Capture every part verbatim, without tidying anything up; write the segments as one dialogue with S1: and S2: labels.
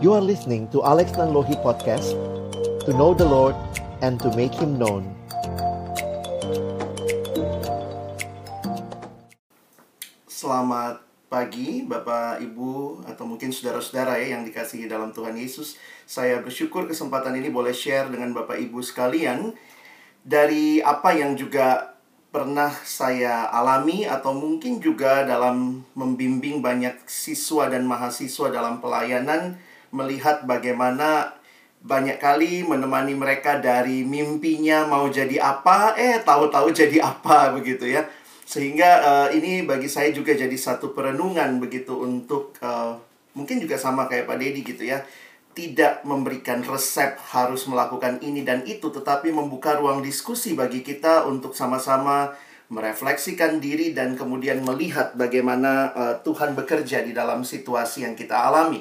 S1: You are listening to Alex Nanlohi Podcast, to know the Lord and to make Him known.
S2: Selamat pagi Bapak, Ibu, atau mungkin saudara-saudara ya yang dikasihi dalam Tuhan Yesus. Saya bersyukur kesempatan ini boleh share dengan Bapak Ibu sekalian dari apa yang juga pernah saya alami atau mungkin juga dalam membimbing banyak siswa dan mahasiswa dalam pelayanan, melihat bagaimana banyak kali menemani mereka dari mimpinya mau jadi apa, eh tahu-tahu jadi apa begitu ya. Sehingga uh, ini bagi saya juga jadi satu perenungan begitu untuk uh, mungkin juga sama kayak Pak Dedi gitu ya. Tidak memberikan resep harus melakukan ini dan itu, tetapi membuka ruang diskusi bagi kita untuk sama-sama merefleksikan diri dan kemudian melihat bagaimana uh, Tuhan bekerja di dalam situasi yang kita alami.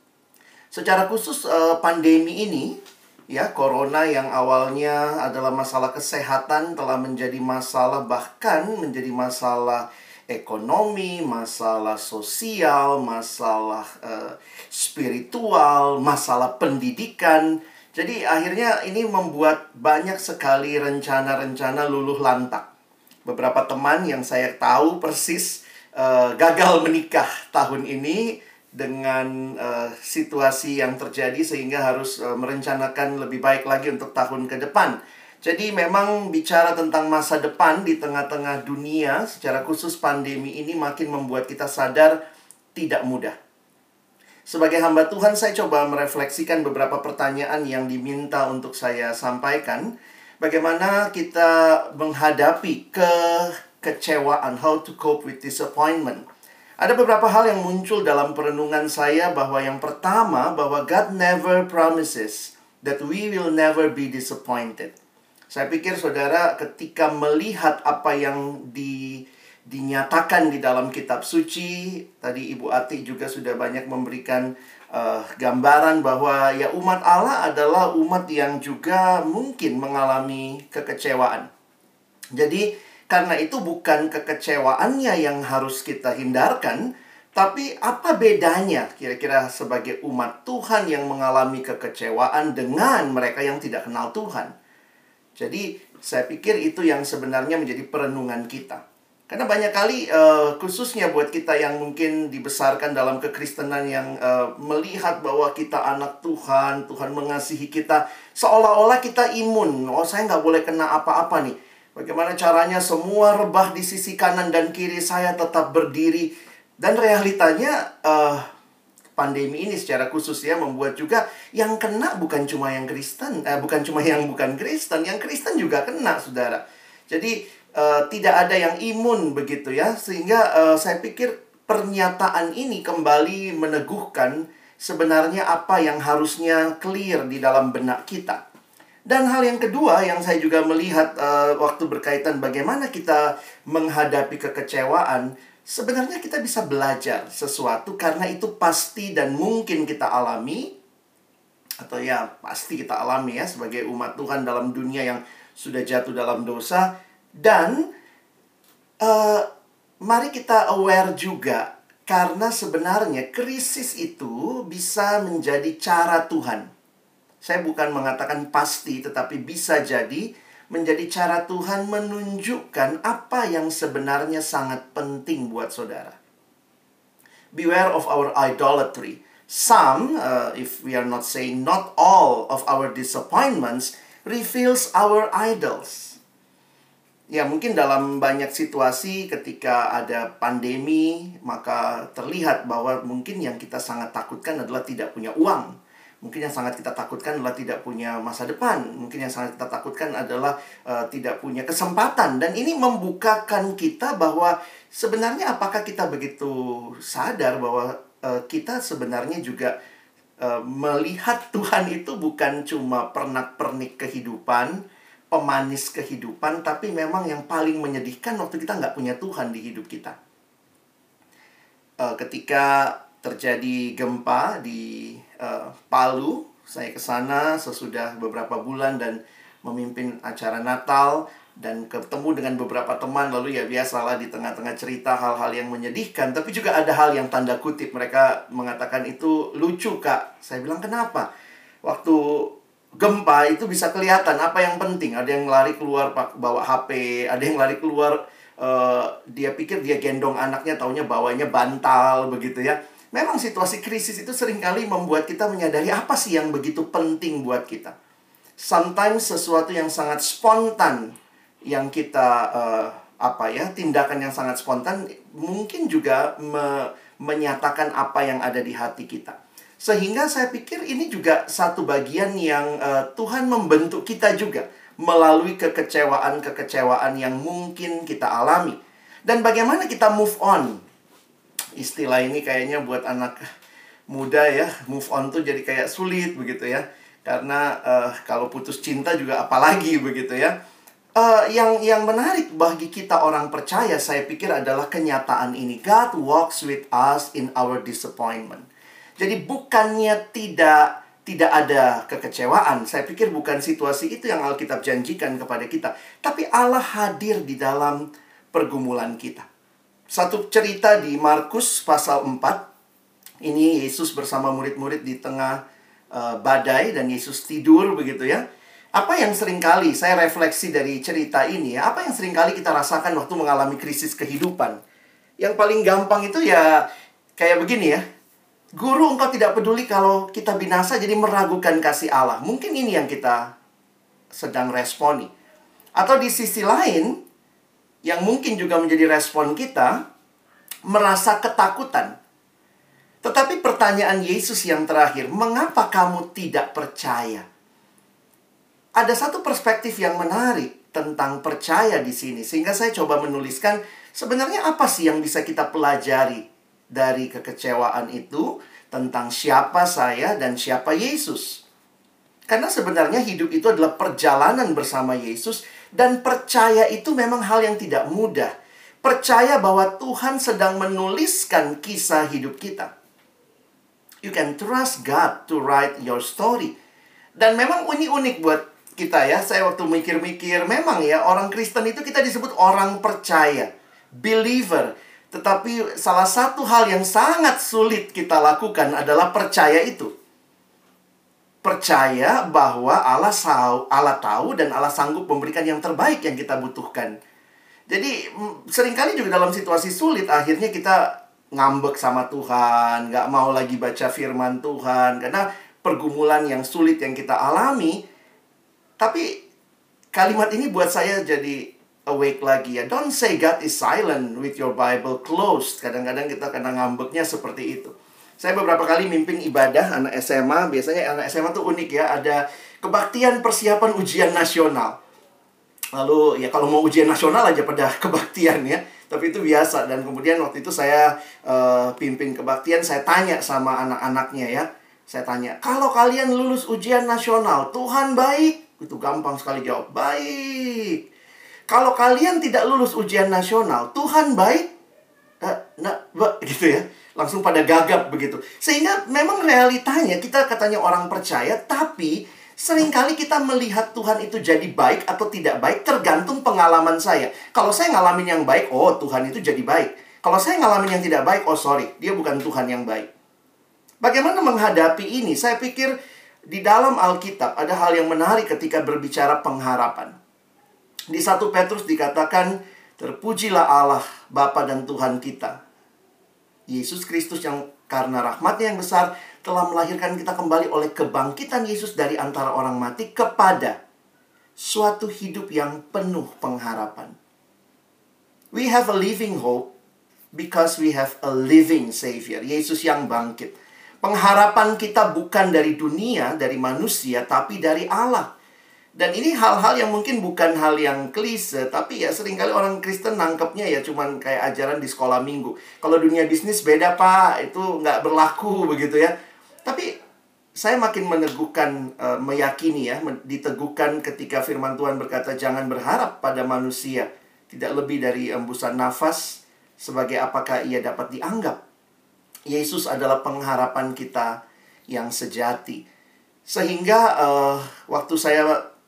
S2: Secara khusus uh, pandemi ini, ya, corona yang awalnya adalah masalah kesehatan telah menjadi masalah, bahkan menjadi masalah ekonomi, masalah sosial, masalah uh, spiritual, masalah pendidikan. Jadi akhirnya ini membuat banyak sekali rencana-rencana luluh lantak. Beberapa teman yang saya tahu persis uh, gagal menikah tahun ini dengan uh, situasi yang terjadi sehingga harus uh, merencanakan lebih baik lagi untuk tahun ke depan. Jadi memang bicara tentang masa depan di tengah-tengah dunia, secara khusus pandemi ini makin membuat kita sadar tidak mudah. Sebagai hamba Tuhan, saya coba merefleksikan beberapa pertanyaan yang diminta untuk saya sampaikan. Bagaimana kita menghadapi kekecewaan, how to cope with disappointment. Ada beberapa hal yang muncul dalam perenungan saya, bahwa yang pertama, bahwa God never promises that we will never be disappointed. Saya pikir saudara ketika melihat apa yang di, dinyatakan di dalam kitab suci, tadi Ibu Ati juga sudah banyak memberikan uh, gambaran bahwa ya umat Allah adalah umat yang juga mungkin mengalami kekecewaan. Jadi karena itu bukan kekecewaannya yang harus kita hindarkan, tapi apa bedanya kira-kira sebagai umat Tuhan yang mengalami kekecewaan dengan mereka yang tidak kenal Tuhan. Jadi saya pikir itu yang sebenarnya menjadi perenungan kita. Karena banyak kali uh, khususnya buat kita yang mungkin dibesarkan dalam kekristenan yang uh, melihat bahwa kita anak Tuhan, Tuhan mengasihi kita, seolah-olah kita imun. Oh, saya nggak boleh kena apa-apa nih. Bagaimana caranya semua rebah di sisi kanan dan kiri saya tetap berdiri. Dan realitanya uh, pandemi ini secara khusus ya membuat juga yang kena bukan cuma yang Kristen, eh, bukan cuma yang bukan Kristen, yang Kristen juga kena, saudara. Jadi uh, tidak ada yang imun begitu ya, sehingga uh, saya pikir pernyataan ini kembali meneguhkan sebenarnya apa yang harusnya clear di dalam benak kita. Dan hal yang kedua yang saya juga melihat uh, waktu berkaitan bagaimana kita menghadapi kekecewaan, sebenarnya kita bisa belajar sesuatu karena itu pasti dan mungkin kita alami. Atau ya pasti kita alami ya sebagai umat Tuhan dalam dunia yang sudah jatuh dalam dosa. Dan uh, mari kita aware juga, karena sebenarnya krisis itu bisa menjadi cara Tuhan. Saya bukan mengatakan pasti, tetapi bisa jadi menjadi cara Tuhan menunjukkan apa yang sebenarnya sangat penting buat saudara. Beware of our idolatry. Some, uh, if we are not saying not all of our disappointments, reveals our idols. Ya, mungkin dalam banyak situasi ketika ada pandemi, maka terlihat bahwa mungkin yang kita sangat takutkan adalah tidak punya uang. Mungkin yang sangat kita takutkan adalah tidak punya masa depan. Mungkin yang sangat kita takutkan adalah uh, tidak punya kesempatan. Dan ini membukakan kita bahwa sebenarnya apakah kita begitu sadar bahwa uh, kita sebenarnya juga uh, melihat Tuhan itu bukan cuma pernak-pernik kehidupan, pemanis kehidupan, tapi memang yang paling menyedihkan waktu kita nggak punya Tuhan di hidup kita. Uh, ketika terjadi gempa di Uh, Palu, saya ke sana sesudah beberapa bulan dan memimpin acara Natal. dan ketemu dengan beberapa teman, lalu ya biasalah di tengah-tengah cerita hal-hal yang menyedihkan, tapi juga ada hal yang tanda kutip. Mereka mengatakan itu lucu, Kak. Saya bilang, kenapa? Waktu gempa itu bisa kelihatan apa yang penting. Ada yang lari keluar bawa H P, ada yang lari keluar, uh, dia pikir dia gendong anaknya, taunya bawanya bantal, begitu ya. Memang situasi krisis itu seringkali membuat kita menyadari apa sih yang begitu penting buat kita. Sometimes sesuatu yang sangat spontan, yang kita uh, apa ya tindakan yang sangat spontan mungkin juga me menyatakan apa yang ada di hati kita. Sehingga saya pikir ini juga satu bagian yang uh, Tuhan membentuk kita juga melalui kekecewaan-kekecewaan yang mungkin kita alami. Dan bagaimana kita move on. Istilah ini kayaknya buat anak muda ya, move on tuh jadi kayak sulit begitu ya. Karena uh, kalau putus cinta juga apalagi begitu ya. Uh, yang yang menarik bagi kita orang percaya, saya pikir adalah kenyataan ini. God walks with us in our disappointment. Jadi bukannya tidak tidak ada kekecewaan. Saya pikir bukan situasi itu yang Alkitab janjikan kepada kita. Tapi Allah hadir di dalam pergumulan kita. Satu cerita di Markus pasal empat. Ini Yesus bersama murid-murid di tengah uh, badai dan Yesus tidur begitu ya. Apa yang seringkali saya refleksi dari cerita ini ya, apa yang seringkali kita rasakan waktu mengalami krisis kehidupan? Yang paling gampang itu ya kayak begini ya. Guru, engkau tidak peduli kalau kita binasa, jadi meragukan kasih Allah. Mungkin ini yang kita sedang responi. Atau di sisi lain, yang mungkin juga menjadi respon kita, merasa ketakutan. Tetapi pertanyaan Yesus yang terakhir, mengapa kamu tidak percaya? Ada satu perspektif yang menarik tentang percaya di sini. Sehingga saya coba menuliskan sebenarnya apa sih yang bisa kita pelajari dari kekecewaan itu tentang siapa saya dan siapa Yesus. Karena sebenarnya hidup itu adalah perjalanan bersama Yesus. Dan percaya itu memang hal yang tidak mudah. Percaya bahwa Tuhan sedang menuliskan kisah hidup kita. You can trust God to write your story. Dan memang ini unik buat kita ya. Saya waktu mikir-mikir, memang ya orang Kristen itu kita disebut orang percaya, believer. Tetapi salah satu hal yang sangat sulit kita lakukan adalah percaya itu. Percaya bahwa Allah tahu, Allah tahu dan Allah sanggup memberikan yang terbaik yang kita butuhkan. Jadi seringkali juga dalam situasi sulit akhirnya kita ngambek sama Tuhan, nggak mau lagi baca firman Tuhan karena pergumulan yang sulit yang kita alami. Tapi kalimat ini buat saya jadi awake lagi ya. Don't say God is silent with your Bible closed. Kadang-kadang kita kena ngambeknya seperti itu. Saya beberapa kali mimpin ibadah anak S M A. Biasanya anak S M A tuh unik ya. Ada kebaktian persiapan ujian nasional. Lalu ya kalau mau ujian nasional aja pada kebaktian ya. Tapi itu biasa. Dan kemudian waktu itu saya uh, pimpin kebaktian. Saya tanya sama anak-anaknya ya. Saya tanya, kalau kalian lulus ujian nasional, Tuhan baik? Itu gampang sekali jawab, baik. Kalau kalian tidak lulus ujian nasional, Tuhan baik? Eh, nah, gitu ya. Langsung pada gagap begitu. Sehingga memang realitanya kita katanya orang percaya, tapi seringkali kita melihat Tuhan itu jadi baik atau tidak baik tergantung pengalaman saya. Kalau saya ngalamin yang baik, oh Tuhan itu jadi baik. Kalau saya ngalamin yang tidak baik, oh sorry, dia bukan Tuhan yang baik. Bagaimana menghadapi ini? Saya pikir di dalam Alkitab ada hal yang menarik ketika berbicara pengharapan. Di satu Petrus dikatakan, terpujilah Allah, Bapa dan Tuhan kita, Yesus Kristus yang karena rahmatnya yang besar telah melahirkan kita kembali oleh kebangkitan Yesus dari antara orang mati kepada suatu hidup yang penuh pengharapan. We have a living hope because we have a living Savior, Yesus yang bangkit. Pengharapan kita bukan dari dunia, dari manusia, tapi dari Allah. Dan ini hal-hal yang mungkin bukan hal yang klise, tapi ya seringkali orang Kristen nangkepnya ya cuman kayak ajaran di sekolah minggu. Kalau dunia bisnis beda Pak, itu nggak berlaku begitu ya. Tapi saya makin meneguhkan, uh, meyakini ya, diteguhkan ketika firman Tuhan berkata jangan berharap pada manusia. Tidak lebih dari embusan nafas, sebagai apakah ia dapat dianggap. Yesus adalah pengharapan kita yang sejati. Sehingga uh, waktu saya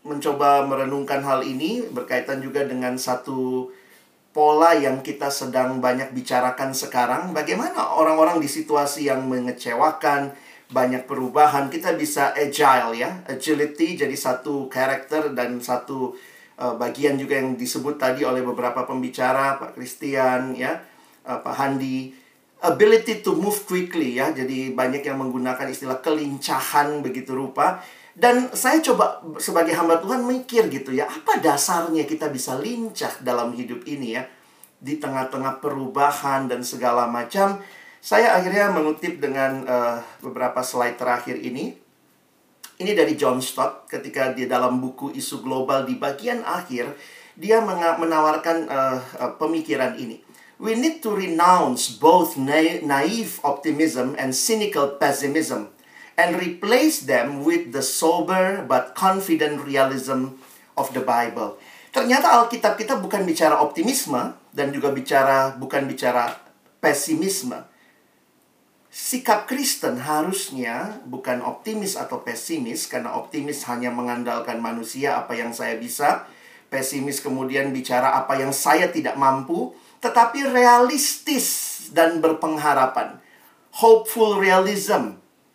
S2: mencoba merenungkan hal ini berkaitan juga dengan satu pola yang kita sedang banyak bicarakan sekarang. Bagaimana orang-orang di situasi yang mengecewakan, banyak perubahan, kita bisa agile ya. Agility jadi satu karakter dan satu uh, bagian juga yang disebut tadi oleh beberapa pembicara, Pak Christian ya, uh, Pak Handi. Ability to move quickly ya. Jadi banyak yang menggunakan istilah kelincahan begitu rupa. Dan saya coba sebagai hamba Tuhan mikir gitu ya, apa dasarnya kita bisa lincah dalam hidup ini ya, di tengah-tengah perubahan dan segala macam. Saya akhirnya mengutip dengan uh, beberapa slide terakhir ini. Ini dari John Stott ketika di dalam buku Isu Global di bagian akhir, dia menawarkan uh, uh, pemikiran ini. We need to renounce both na- naive optimism and cynical pessimism, and replace them with the sober but confident realism of the Bible. Ternyata Alkitab kita bukan bicara optimisme dan juga bicara bukan bicara pesimisme. Sikap Kristen harusnya bukan optimis atau pesimis, karena optimis hanya mengandalkan manusia, apa yang saya bisa. Pesimis kemudian bicara apa yang saya tidak mampu, tetapi realistis dan berpengharapan. Hopeful realism.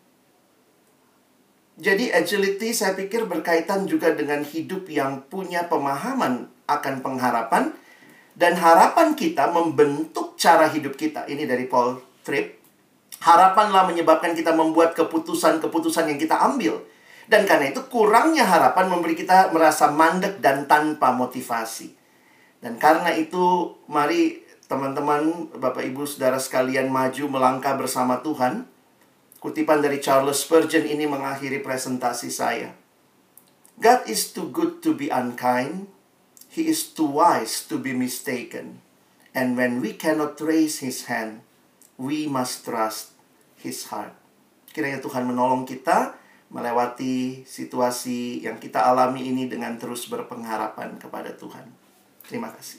S2: Jadi agility saya pikir berkaitan juga dengan hidup yang punya pemahaman akan pengharapan. Dan harapan kita membentuk cara hidup kita. Ini dari Paul Tripp. Harapanlah menyebabkan kita membuat keputusan-keputusan yang kita ambil. Dan karena itu kurangnya harapan memberi kita merasa mandek dan tanpa motivasi. Dan karena itu mari teman-teman, Bapak Ibu, Saudara sekalian maju melangkah bersama Tuhan. Kutipan dari Charles Spurgeon ini mengakhiri presentasi saya. God is too good to be unkind. He is too wise to be mistaken. And when we cannot raise His hand, we must trust His heart. Kiranya Tuhan menolong kita melewati situasi yang kita alami ini dengan terus berpengharapan kepada Tuhan. Terima kasih.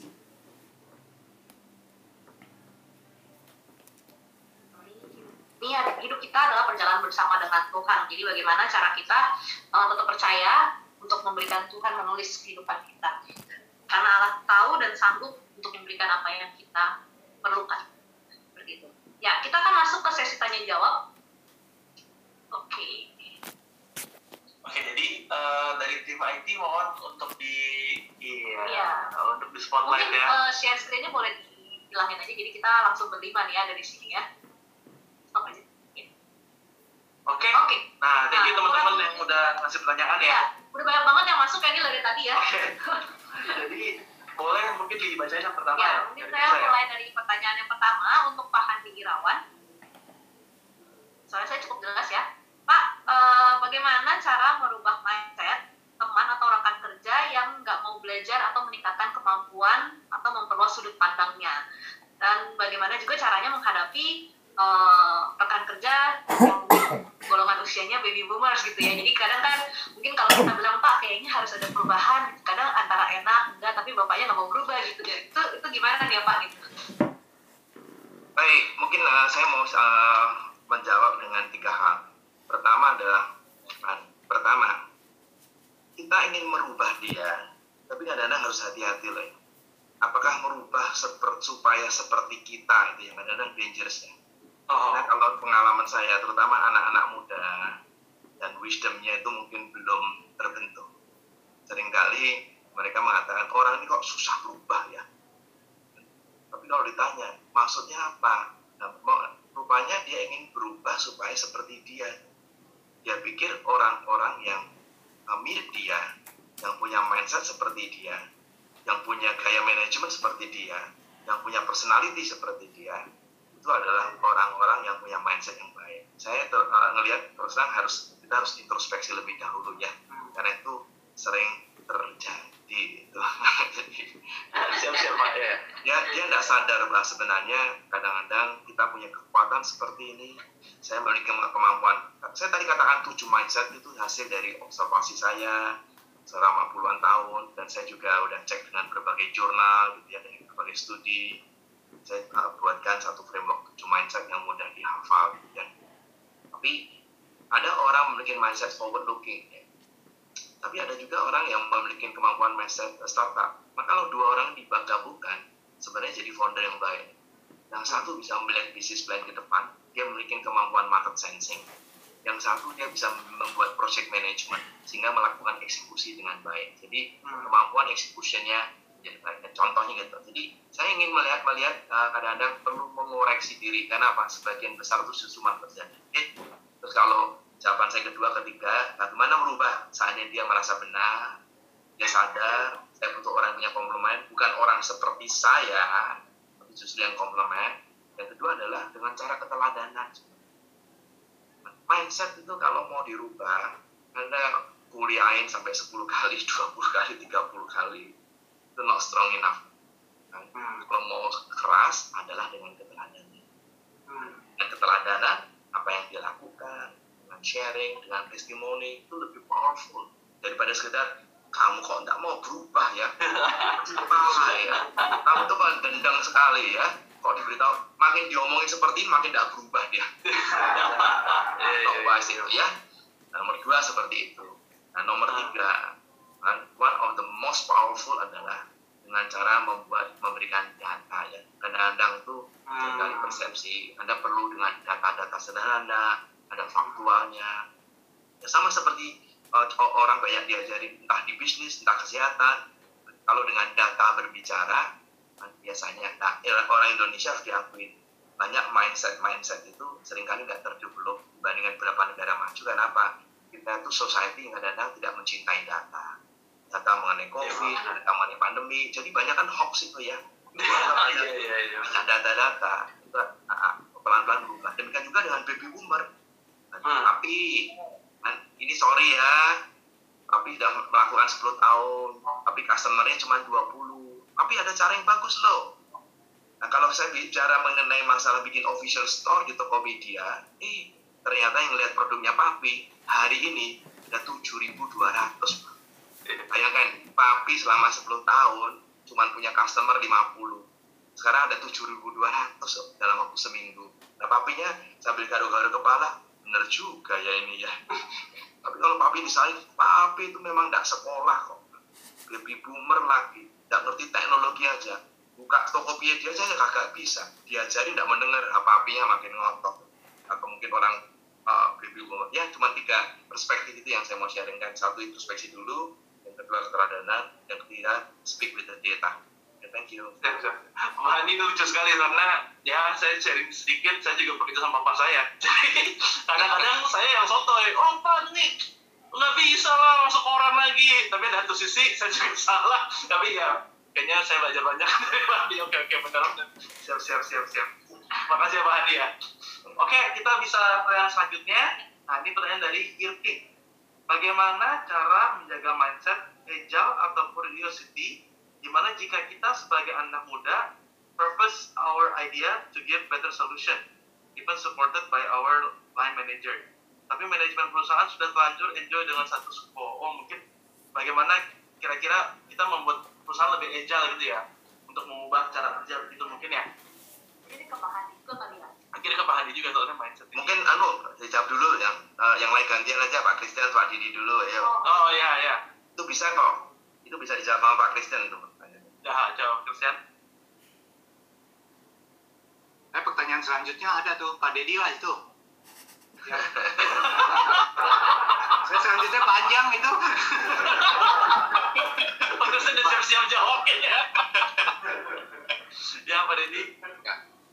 S3: Ini hidup kita adalah perjalanan bersama dengan Tuhan. Jadi bagaimana cara kita uh, tetap percaya untuk memberikan Tuhan menulis kehidupan kita. Karena Allah tahu dan sanggup untuk memberikan apa yang kita perlukan. Seperti itu. Ya, kita akan masuk ke sesi tanya jawab. Oke. Okay.
S4: Oke, jadi uh, dari tim I T mohon untuk di iya,
S3: ya.
S4: untuk di spotlight.
S3: Mungkin,
S4: ya.
S3: Uh, share screen-nya boleh dihilangin aja. Jadi kita langsung berlima nih ya dari sini ya. Stop aja. Ya.
S4: Oke.
S3: Okay. Oke. Okay.
S4: Nah, thank you
S3: Nah,
S4: teman-teman
S3: kurang-
S4: yang udah ngasih pertanyaan ya.
S3: Ya, udah banyak banget yang masuk ya ini dari tadi ya.
S4: Oke. Jadi boleh mungkin dibacain yang pertama
S3: Ya,
S4: ya.
S3: mungkin
S4: dari
S3: saya
S4: saya.
S3: mulai dari pertanyaan yang pertama untuk Pak Handi Irawan. Soalnya saya cukup jelas ya. Pak, eh, bagaimana cara merubah mindset teman atau rekan kerja yang nggak mau belajar atau meningkatkan kemampuan atau memperluas sudut pandangnya? Dan bagaimana juga caranya menghadapi eh, rekan kerja yang golongan usianya baby boomers gitu ya. Jadi kadang kan mungkin kalau kita bilang Pak kayaknya harus ada perubahan, kadang antara enak enggak tapi bapaknya nggak mau berubah gitu ya. Itu itu gimana nih ya Pak gitu?
S4: Baik, mungkin uh, saya mau uh, menjawab dengan tiga hal. Pertama adalah uh, pertama kita ingin merubah dia, tapi kadang-kadang harus hati-hati loh. Apakah merubah seper, supaya seperti kita itu yang kadang-kadang dangerous ya.
S2: Oh.
S4: Karena kalau pengalaman saya, terutama anak-anak muda dan wisdomnya itu mungkin belum terbentuk. Seringkali mereka mengatakan orang ini kok susah berubah ya. Tapi kalau ditanya maksudnya apa? Nah, rupanya dia ingin berubah supaya seperti dia. Dia pikir orang-orang yang mirip dia, yang punya mindset seperti dia, yang punya gaya manajemen seperti dia, yang punya personality seperti dia, itu adalah orang-orang yang punya mindset yang baik. Saya ter- uh, ngelihat terus terang harus kita harus introspeksi lebih dahulu ya, karena itu sering terjadi itu. Siap-siap Pak ya. Dia dia nggak sadar bahwa sebenarnya kadang-kadang kita punya kekuatan seperti ini. Saya memiliki kemampuan. Saya tadi katakan tujuh mindset itu hasil dari observasi saya selama puluhan tahun, dan saya juga udah cek dengan berbagai jurnal gitu ya, dengan berbagai studi. Saya uh, buatkan satu framework tujuh mindset yang mudah dihafal gitu ya. Tapi ada orang memiliki mindset forward looking ya. Tapi ada juga orang yang memiliki kemampuan mindset startup. Maka kalau dua orang digabungkan, sebenarnya jadi founder yang baik. Yang satu bisa melihat bisnis plan ke depan, dia memiliki kemampuan market sensing. Yang satu dia bisa membuat project management, sehingga melakukan eksekusi dengan baik. Jadi kemampuan eksekusinya, contohnya gitu. Jadi saya ingin melihat melihat uh, kadang-kadang perlu mengoreksi diri. Karena apa? Sebagian besar itu susuman terjadi. Oke? Terus kalau jawaban saya kedua, ketiga, bagaimana merubah saatnya dia merasa benar, dia sadar, saya butuh orang yang punya komplement, bukan orang seperti saya, tapi justru yang komplement. Yang kedua adalah dengan cara keteladanan. Mindset itu kalau mau dirubah, Anda kuliahin sampai sepuluh kali, dua puluh kali, tiga puluh kali, itu not strong enough. Nah, hmm. Kalau mau keras adalah dengan keteladanan. Hmm. Dan keteladanan, apa yang dia lakukan, dengan sharing, dengan testimoni, itu lebih powerful daripada sekedar kamu kok tidak mau berubah ya, salah ya, kamu tuh kan dendam sekali ya, kok diberitahu, makin diomongin seperti ini makin tidak berubah dia. Nah, itu ya. Nah, nomor dua seperti itu. Nah, nomor tiga, one of the most powerful adalah dengan cara membuat memberikan data ya. Kadang-kadang itu dari persepsi, Anda perlu dengan data-data sederhana, ada faktualnya. Ya, sama seperti uh, orang banyak diajari entah di bisnis, entah kesehatan. Kalau dengan data berbicara, biasanya nah, orang Indonesia harus diakui banyak mindset-mindset itu seringkali nggak terdevelop dibandingkan beberapa negara maju. Kenapa? Kita itu society yang kadang-kadang tidak mencintai data. Data mengenai COVID, ya, data mengenai pandemi. Jadi banyak kan hoax itu ya. Banyak, ya, ya, ya. banyak data-data. Itu uh, pelan-pelan berubah. Demikian juga dengan baby boomer. Hmm. Tapi ini sorry ya, tapi sudah melakukan sepuluh tahun, tapi customer-nya cuma dua puluh. Tapi ada cara yang bagus loh. Nah, kalau saya bicara mengenai masalah bikin official store di Tokopedia, eh ternyata yang lihat produknya Papi hari ini ada tujuh ribu dua ratus. Bayangkan, Papi selama sepuluh tahun cuma punya customer lima puluh. Sekarang ada tujuh ribu dua ratus dalam waktu seminggu. Nah, Papinya sambil garu-garu kepala, bener juga ya ini ya. Tapi kalau Papi misalnya, Papi itu memang tidak sekolah kok. Baby boomer lagi, tidak ngerti teknologi aja. Buka Tokopedia aja ya kagak bisa. Diajari tidak mendengar, apa-apinya makin ngotot. Atau mungkin orang uh, baby boomer. Ya cuma tiga perspektif itu yang saya mau sharingkan. Satu introspeksi dulu, yang kedua keteladanan, yang ketiga speak with the data. Okay, thank you.
S5: Wah, ini lucu sekali karena ya saya sharing sedikit, saya juga begitu sama bapak saya. Jadi kadang-kadang saya yang sotoy, oh Pak nih nggak bisa lah masuk koran lagi. Tapi ada satu sisi saya juga salah. Tapi ya kayaknya saya belajar banyak dari Pak Hadi. Oke oke benar. Siap siap siap siap. Makasih ya Pak Hadi ya. Oke, kita bisa pertanyaan selanjutnya. Nah, ini pertanyaan dari Irking. Bagaimana cara menjaga mindset agile atau curiosity, di mana jika kita sebagai anak muda purpose our idea to give better solution, even supported by our line manager. Tapi manajemen perusahaan sudah terlanjur enjoy dengan satu suku. Oh, mungkin bagaimana kira-kira kita membuat perusahaan lebih agile gitu ya, untuk mengubah cara kerja gitu mungkin ya.
S3: Jadi ke Pak Hadi juga kali ya.
S5: Akhirnya ke Pak Hadi juga soalnya mindset.
S4: Mungkin anu dijawab dulu yang uh, yang lain gantian aja Pak Christian, Pak Didi dulu ya.
S5: Oh, oh ya ya.
S4: Itu bisa kok. Itu bisa dijawab sama Pak Christian itu.
S5: Ya, jawab Christian.
S6: Eh, pertanyaan selanjutnya ada tuh Pak Dedi lah itu. Ya. Saya selanjutnya panjang itu.
S5: Terus udah siap-siap jawab kayaknya. Ya Pak Dedi.
S7: Ya.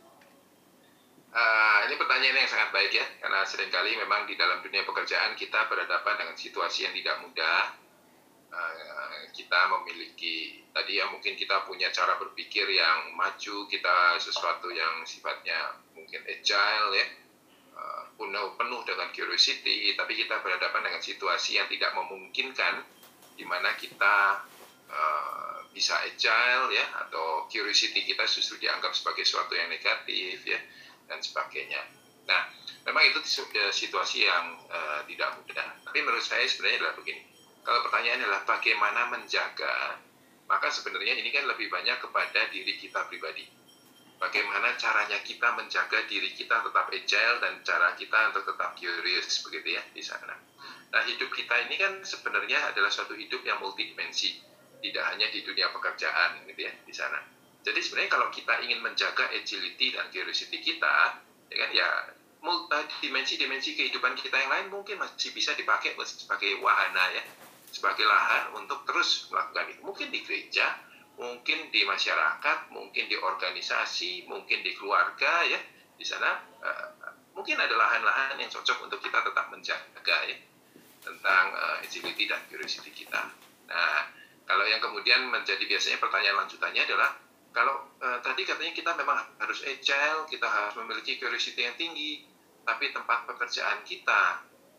S7: Uh, ini pertanyaan yang sangat baik ya, karena seringkali memang di dalam dunia pekerjaan kita berhadapan dengan situasi yang tidak mudah. Uh, kita memiliki tadi ya mungkin kita punya cara berpikir yang maju, kita sesuatu yang sifatnya mungkin agile ya, uh, penuh penuh dengan curiosity, tapi kita berhadapan dengan situasi yang tidak memungkinkan di mana kita uh, bisa agile ya, atau curiosity kita justru dianggap sebagai sesuatu yang negatif ya, dan sebagainya. Nah, memang itu situasi yang uh, tidak mudah. Tapi menurut saya sebenarnya adalah begini. Kalau pertanyaannya adalah bagaimana menjaga, maka sebenarnya ini kan lebih banyak kepada diri kita pribadi. Bagaimana caranya kita menjaga diri kita tetap agile dan cara kita untuk tetap curious begitu ya di sana. Nah, hidup kita ini kan sebenarnya adalah suatu hidup yang multidimensi, tidak hanya di dunia pekerjaan gitu ya di sana. Jadi sebenarnya kalau kita ingin menjaga agility dan curiosity kita, ya kan ya dimensi-dimensi kehidupan kita yang lain mungkin masih bisa dipakai sebagai wahana ya, sebagai lahan untuk terus melakukan itu. Mungkin di gereja, mungkin di masyarakat, mungkin di organisasi, mungkin di keluarga ya. Di sana uh, mungkin ada lahan-lahan yang cocok untuk kita tetap menjaga ya tentang uh, agility dan curiosity kita. Nah, kalau yang kemudian menjadi biasanya pertanyaan lanjutannya adalah kalau uh, tadi katanya kita memang harus agile, kita harus memiliki curiosity yang tinggi, tapi tempat pekerjaan kita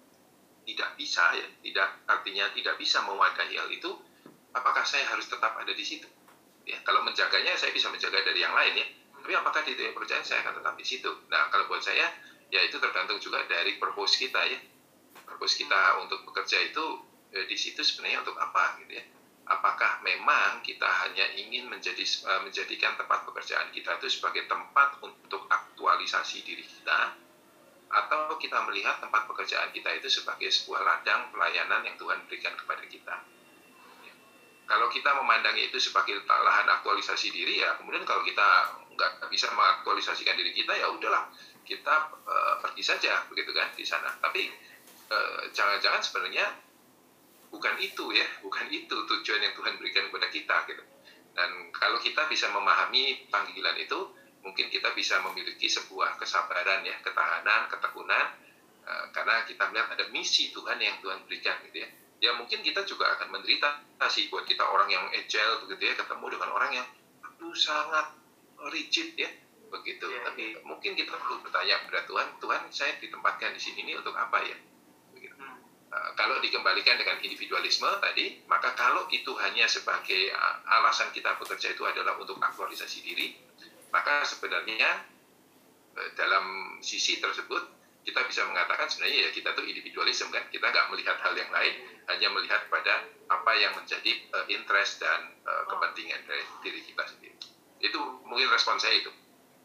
S7: tidak bisa ya, tidak artinya tidak bisa mewadahi hal itu, apakah saya harus tetap ada di situ? Ya, kalau menjaganya saya bisa menjaga dari yang lain ya, tapi apakah di dunia pekerjaan saya akan tetap di situ? Nah, kalau buat saya ya itu tergantung juga dari purpose kita ya. Purpose kita untuk bekerja itu eh, di situ sebenarnya untuk apa gitu ya? Apakah memang kita hanya ingin menjadi uh, menjadikan tempat pekerjaan kita itu sebagai tempat untuk aktualisasi diri kita, atau kita melihat tempat pekerjaan kita itu sebagai sebuah ladang pelayanan yang Tuhan berikan kepada kita. Ya. Kalau kita memandangnya itu sebagai lahan aktualisasi diri, ya kemudian kalau kita nggak bisa mengaktualisasikan diri kita, ya udahlah kita uh, pergi saja begitu kan di sana. Tapi uh, jangan-jangan sebenarnya bukan itu ya, bukan itu tujuan yang Tuhan berikan kepada kita gitu. Dan kalau kita bisa memahami panggilan itu, mungkin kita bisa memiliki sebuah kesabaran ya, ketahanan, ketekunan, uh, karena kita melihat ada misi Tuhan yang Tuhan berikan gitu ya. Ya mungkin kita juga akan menderita sih buat kita orang yang agile begitu ya, ketemu dengan orang yang aduh sangat rigid ya begitu. Yeah, Tapi yeah. mungkin kita perlu bertanya kepada Tuhan, Tuhan saya ditempatkan di sini ini untuk apa ya? Begitu. Hmm. Uh, kalau dikembalikan dengan individualisme tadi, maka kalau itu hanya sebagai uh, alasan kita bekerja itu adalah untuk aktualisasi diri, maka sebenarnya uh, dalam sisi tersebut kita bisa mengatakan sebenarnya ya kita tuh individualisme kan, kita nggak melihat hal yang lain, hanya melihat pada apa yang menjadi uh, interest dan uh, kepentingan dari diri kita sendiri. Itu mungkin respon saya itu.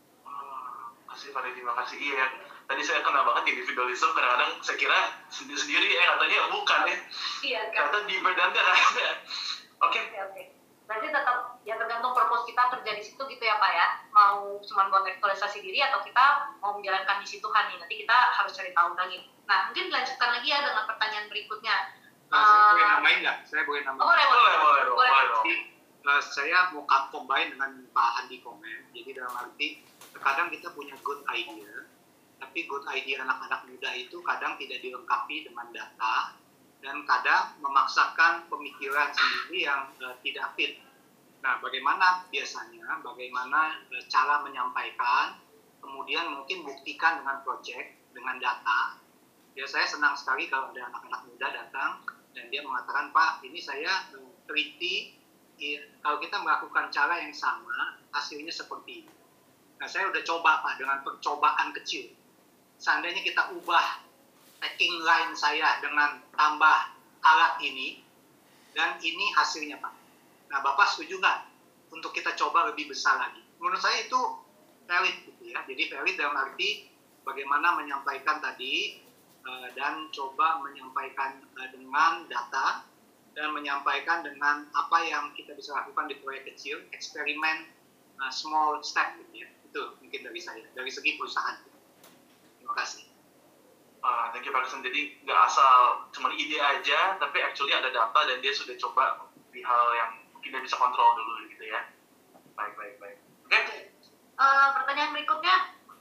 S5: Oh, kasih Pak, terima kasih. Iya, tadi saya kena banget individualisme, kadang-kadang saya kira sendiri-sendiri ya, katanya bukan ya. Iya kan. Kata di badan kan ada. Oke.
S3: Oke, oke. Berarti tetap ya tergantung purpose kita kerja di situ gitu ya Pak ya. Mau cuma buat aktualisasi diri atau kita mau menjalankan misi Tuhan nih. Nanti kita harus cari tahu lagi. Nah, mungkin dilanjutkan lagi ya dengan pertanyaan berikutnya.
S6: Nah, uh, saya boleh namain nggak? Saya boleh namain.
S3: Oh, boleh, boleh, boleh, boleh, boleh, boleh.
S6: Jadi, uh, saya mau combine dengan Pak Andi komen. Jadi dalam arti, terkadang kita punya good idea, tapi good idea anak-anak muda itu kadang tidak dilengkapi dengan data, dan kadang memaksakan pemikiran sendiri yang uh, tidak fit. Nah, bagaimana biasanya, bagaimana uh, cara menyampaikan, kemudian mungkin buktikan dengan project, dengan data. Ya, saya senang sekali kalau ada anak-anak muda datang, dan dia mengatakan, Pak, ini saya uh, teliti, ya, kalau kita melakukan cara yang sama, hasilnya seperti ini. Nah, saya udah coba, Pak, dengan percobaan kecil. Seandainya kita ubah packing line saya dengan tambah alat ini, dan ini hasilnya Pak. Nah, Bapak setuju nggak untuk kita coba lebih besar lagi? Menurut saya itu valid gitu ya. Jadi valid dalam arti bagaimana menyampaikan tadi uh, dan coba menyampaikan uh, dengan data dan menyampaikan dengan apa yang kita bisa lakukan di proyek kecil, eksperimen uh, small step gitu ya. Itu mungkin dari saya, dari segi perusahaan. Terima kasih.
S5: Uh, thank you Pak Kristen. Jadi nggak asal cuma ide aja, tapi actually ada data dan dia sudah coba di hal yang mungkin dia bisa kontrol dulu gitu ya. Baik, baik, baik. Oke. Okay.
S3: Uh, pertanyaan berikutnya.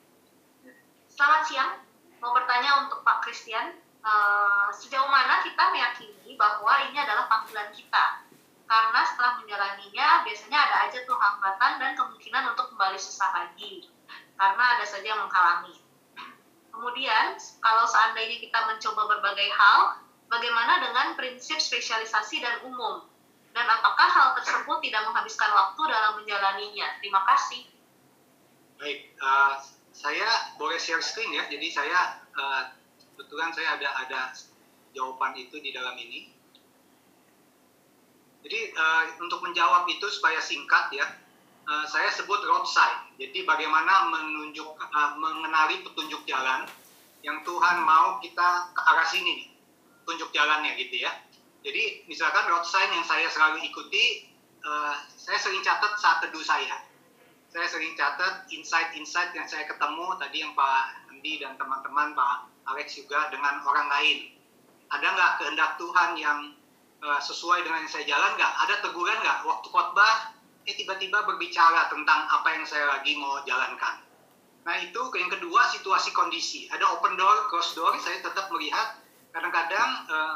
S3: Selamat siang. Mau bertanya untuk Pak Christian. Uh, sejauh mana kita meyakini bahwa ini adalah panggilan kita? Karena setelah menjalaninya, biasanya ada aja tuh hambatan dan kemungkinan untuk kembali susah lagi. Karena ada saja yang menghalangi. Kemudian, kalau seandainya kita mencoba berbagai hal, bagaimana dengan prinsip spesialisasi dan umum? Dan apakah hal tersebut tidak menghabiskan waktu dalam menjalaninya? Terima kasih.
S6: Baik, uh, saya boleh share screen ya. Jadi saya, uh, kebetulan saya ada ada jawaban itu di dalam ini. Jadi uh, untuk menjawab itu supaya singkat ya, uh, saya sebut roadside. Jadi bagaimana menunjuk, uh, mengenali petunjuk jalan yang Tuhan mau kita ke arah sini nih. petunjuk jalannya gitu ya. Jadi misalkan road sign yang saya selalu ikuti, uh, saya sering catat saat teduh saya. Saya sering catat insight-insight yang saya ketemu tadi yang Pak Andi dan teman-teman, Pak Alex juga dengan orang lain. Ada nggak kehendak Tuhan yang uh, sesuai dengan yang saya jalan nggak? Ada teguran nggak? Waktu khotbah, eh tiba-tiba berbicara tentang apa yang saya lagi mau jalankan. Nah itu yang kedua, situasi kondisi. Ada open door, close door, saya tetap melihat kadang-kadang uh,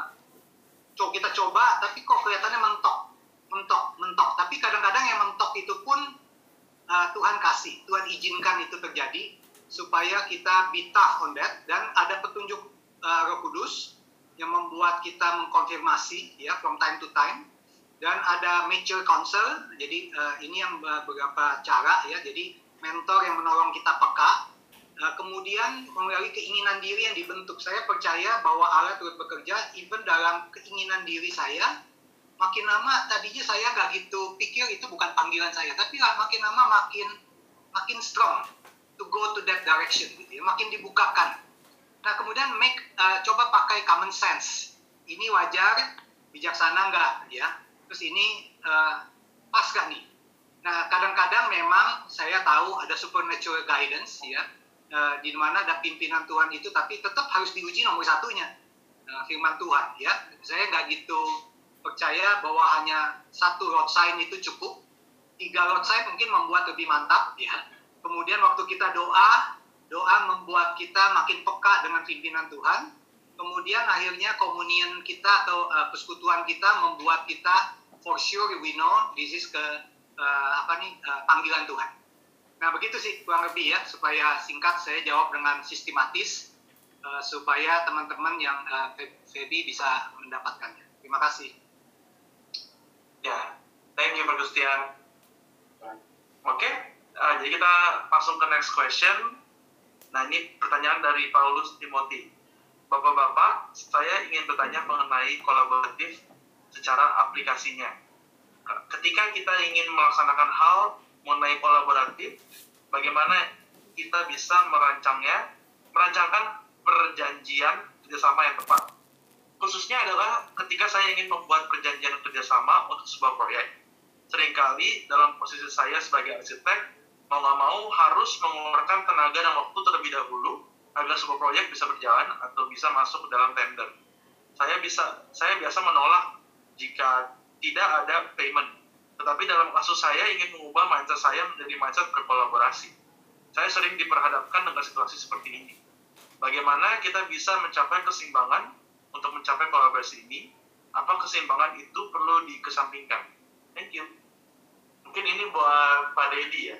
S6: kita coba, tapi kok kelihatannya mentok, mentok, mentok. Tapi kadang-kadang yang mentok itu pun Uh, Tuhan kasih, Tuhan izinkan itu terjadi supaya kita be tough on that, dan ada petunjuk uh, Roh Kudus yang membuat kita mengkonfirmasi ya from time to time, dan ada mature counsel. Jadi uh, ini yang beberapa cara ya, jadi mentor yang menolong kita peka, uh, kemudian melalui keinginan diri yang dibentuk. Saya percaya bahwa Allah turut bekerja even dalam keinginan diri saya. Makin lama tadinya saya nggak gitu pikir itu bukan panggilan saya, tapi makin lama makin makin strong to go to that direction gitu ya, makin dibukakan. Nah kemudian make uh, coba pakai common sense, ini wajar, bijaksana nggak ya, terus ini uh, pas nggak nih. Nah kadang-kadang memang saya tahu ada supernatural guidance ya, uh, di mana ada pimpinan Tuhan itu, tapi tetap harus diuji nomor satunya, uh, firman Tuhan ya. Saya nggak gitu percaya bahwa hanya satu road sign itu cukup, tiga road sign mungkin membuat lebih mantap ya. Kemudian waktu kita doa, doa membuat kita makin peka dengan pimpinan Tuhan. Kemudian akhirnya komunion kita atau uh, persekutuan kita membuat kita for sure we know this is ke uh, apa nih uh, panggilan Tuhan. Nah begitu sih kurang lebih ya, supaya singkat saya jawab dengan sistematis uh, supaya teman-teman yang uh, Feby bisa mendapatkannya. Terima kasih.
S5: Ya, thank you Pak Gustian. Oke, okay, uh, jadi kita langsung ke next question. Nah ini pertanyaan dari Paulus Timothy. Bapak-bapak, saya ingin bertanya mengenai kolaboratif secara aplikasinya. Ketika kita ingin melaksanakan hal mengenai kolaboratif, bagaimana kita bisa merancangnya, merancangkan perjanjian kerjasama yang tepat. Khususnya adalah ketika saya ingin membuat perjanjian kerjasama untuk sebuah proyek. Seringkali dalam posisi saya sebagai arsitek, mau nggak mau harus mengeluarkan tenaga dan waktu terlebih dahulu agar sebuah proyek bisa berjalan atau bisa masuk ke dalam tender. Saya bisa, saya biasa menolak jika tidak ada payment. Tetapi dalam kasus saya ingin mengubah mindset saya menjadi mindset berkolaborasi. Saya sering diperhadapkan dengan situasi seperti ini. Bagaimana kita bisa mencapai keseimbangan untuk mencapai kolaborasi ini? Apa keseimbangan itu perlu dikesampingkan? Thank you. Mungkin ini buat Pak Dedi ya.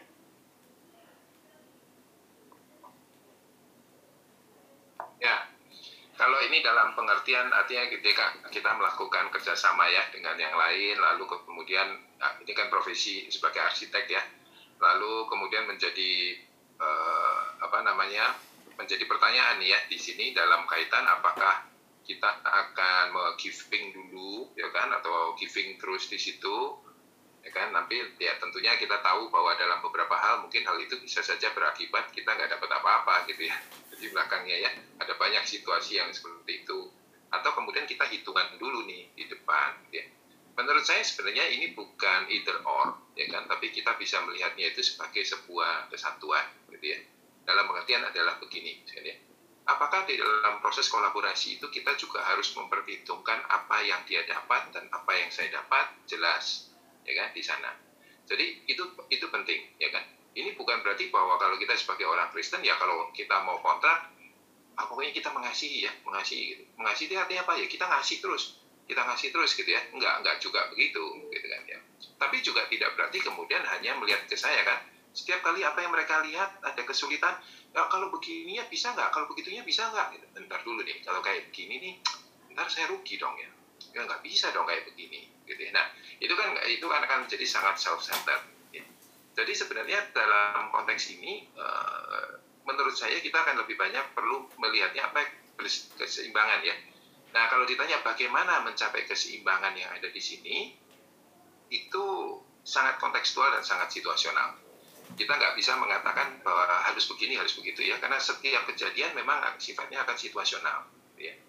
S7: Ya, kalau ini dalam pengertian artinya ketika kita melakukan kerjasama ya dengan yang lain, lalu kemudian nah, ini kan profesi sebagai arsitek ya, lalu kemudian menjadi eh, apa namanya menjadi pertanyaan ya di sini dalam kaitan apakah kita akan giving dulu ya kan atau giving terus di situ ya kan, nanti ya tentunya kita tahu bahwa dalam beberapa hal mungkin hal itu bisa saja berakibat kita nggak dapat apa-apa gitu ya di belakangnya ya, ada banyak situasi yang seperti itu, atau kemudian kita hitungan dulu nih di depan gitu ya. Menurut saya sebenarnya ini bukan either or ya kan, tapi kita bisa melihatnya itu sebagai sebuah kesatuan gitu ya. Dalam pengertian adalah begini ya. Apakah di dalam proses kolaborasi itu kita juga harus memperhitungkan apa yang dia dapat dan apa yang saya dapat, jelas ya kan di sana. Jadi itu itu penting ya kan. Ini bukan berarti bahwa kalau kita sebagai orang Kristen ya kalau kita mau kontrak, ah, pokoknya kita mengasihi ya, mengasihi gitu. Mengasihi itu artinya apa ya? Kita ngasih terus, kita ngasih terus gitu ya. Enggak enggak juga begitu gitu kan ya. Tapi juga tidak berarti kemudian hanya melihat ke saya kan. Setiap kali apa yang mereka lihat ada kesulitan, ya, kalau begininya bisa nggak, kalau begitunya bisa nggak, gitu. Bentar dulu nih, kalau kayak begini nih, ntar saya rugi dong ya, ya nggak bisa dong kayak begini, gitu ya. Nah, itu kan itu kan akan menjadi sangat self-centered. Ya. Jadi sebenarnya dalam konteks ini, uh, menurut saya kita akan lebih banyak perlu melihatnya apa keseimbangan ya. Nah, kalau ditanya bagaimana mencapai keseimbangan yang ada di sini, itu sangat kontekstual dan sangat situasional. Kita nggak bisa mengatakan bahwa harus begini, harus begitu ya, karena setiap kejadian memang sifatnya akan situasional. Ya.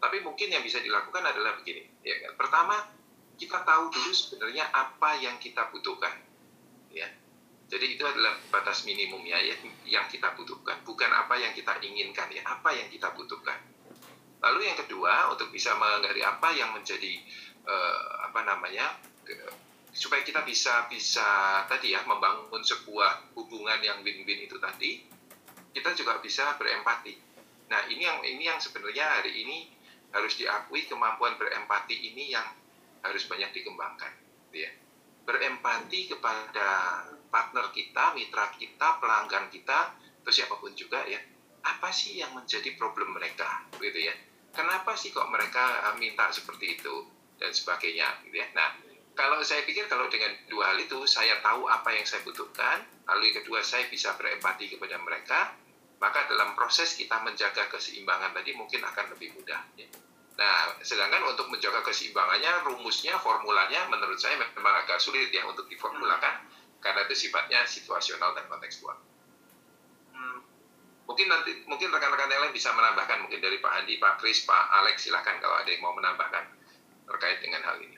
S7: Tapi mungkin yang bisa dilakukan adalah begini. Ya kan? Pertama, kita tahu dulu sebenarnya apa yang kita butuhkan. Ya. Jadi itu adalah batas minimumnya ya, yang kita butuhkan. Bukan apa yang kita inginkan, ya, apa yang kita butuhkan. Lalu yang kedua, untuk bisa mengenali apa yang menjadi uh, apa namanya, ke, supaya kita bisa bisa tadi ya membangun sebuah hubungan yang win-win itu tadi, kita juga bisa berempati. Nah, ini yang ini yang sebenarnya hari ini harus diakui, kemampuan berempati ini yang harus banyak dikembangkan, ya. Berempati kepada partner kita, mitra kita, pelanggan kita, atau siapapun juga ya. Apa sih yang menjadi problem mereka, gitu ya? Kenapa sih kok mereka minta seperti itu dan sebagainya, gitu ya? Nah, kalau saya pikir kalau dengan dua hal itu saya tahu apa yang saya butuhkan, lalu yang kedua saya bisa berempati kepada mereka, maka dalam proses kita menjaga keseimbangan tadi mungkin akan lebih mudah. Ya. Nah, sedangkan untuk menjaga keseimbangannya, rumusnya, formulanya menurut saya memang agak sulit ya untuk diformulakan, karena itu sifatnya situasional dan kontekstual. Hmm. Mungkin nanti mungkin rekan-rekan yang lain bisa menambahkan, mungkin dari Pak Andi, Pak Kris, Pak Alex, silakan kalau ada yang mau menambahkan terkait dengan hal ini.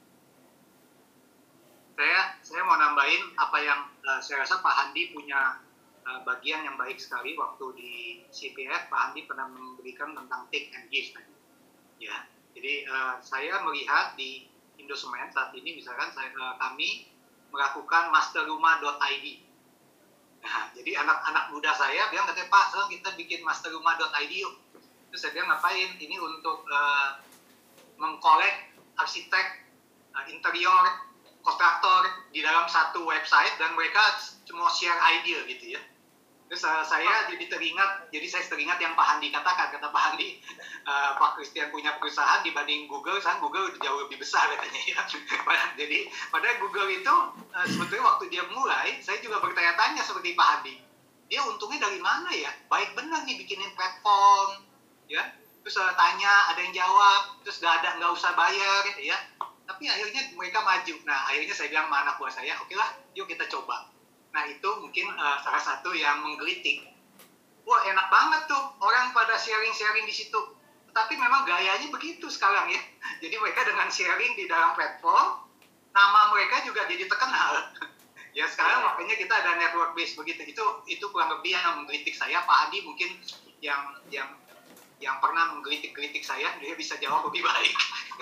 S6: Saya saya mau nambahin apa yang uh, saya rasa Pak Andi punya uh, bagian yang baik sekali waktu di C P F. Pak Andi pernah memberikan tentang take and give tadi. Ya, jadi uh, saya melihat di Indosemen saat ini misalkan saya, uh, kami melakukan masterrumah dot i d. Nah, jadi anak-anak muda saya bilang katanya, Pak, sekarang kita bikin masterrumah dot i d yuk. Terus saya bilang ngapain? Ini untuk uh, mengkolek arsitek, uh, interior, kontraktor di dalam satu website dan mereka cuma share ide gitu ya. Terus uh, saya jadi teringat, jadi saya teringat yang Pak Handi katakan, kata Pak Handi, uh, Pak Christian punya perusahaan dibanding Google, sekarang Google jauh lebih besar katanya ya. Jadi padahal Google itu uh, sebetulnya waktu dia mulai, saya juga bertanya-tanya seperti Pak Handi, dia untungnya dari mana ya? Baik benar nih bikinin platform, ya. Terus uh, tanya, ada yang jawab, terus nggak ada nggak usah bayar, ya. Tapi akhirnya mereka maju. Nah akhirnya saya bilang sama anak buah saya, oke lah, yuk kita coba. Nah itu mungkin uh, salah satu yang menggelitik. Wah enak banget tuh orang pada sharing-sharing di situ. Tapi memang gayanya begitu sekarang ya. Jadi mereka dengan sharing di dalam platform, nama mereka juga jadi terkenal. Ya sekarang makanya kita ada network base begitu. Itu itu kurang lebih yang menggelitik saya. Pak Adi mungkin yang yang yang pernah menggelitik-gelitik saya, dia bisa jawab lebih baik.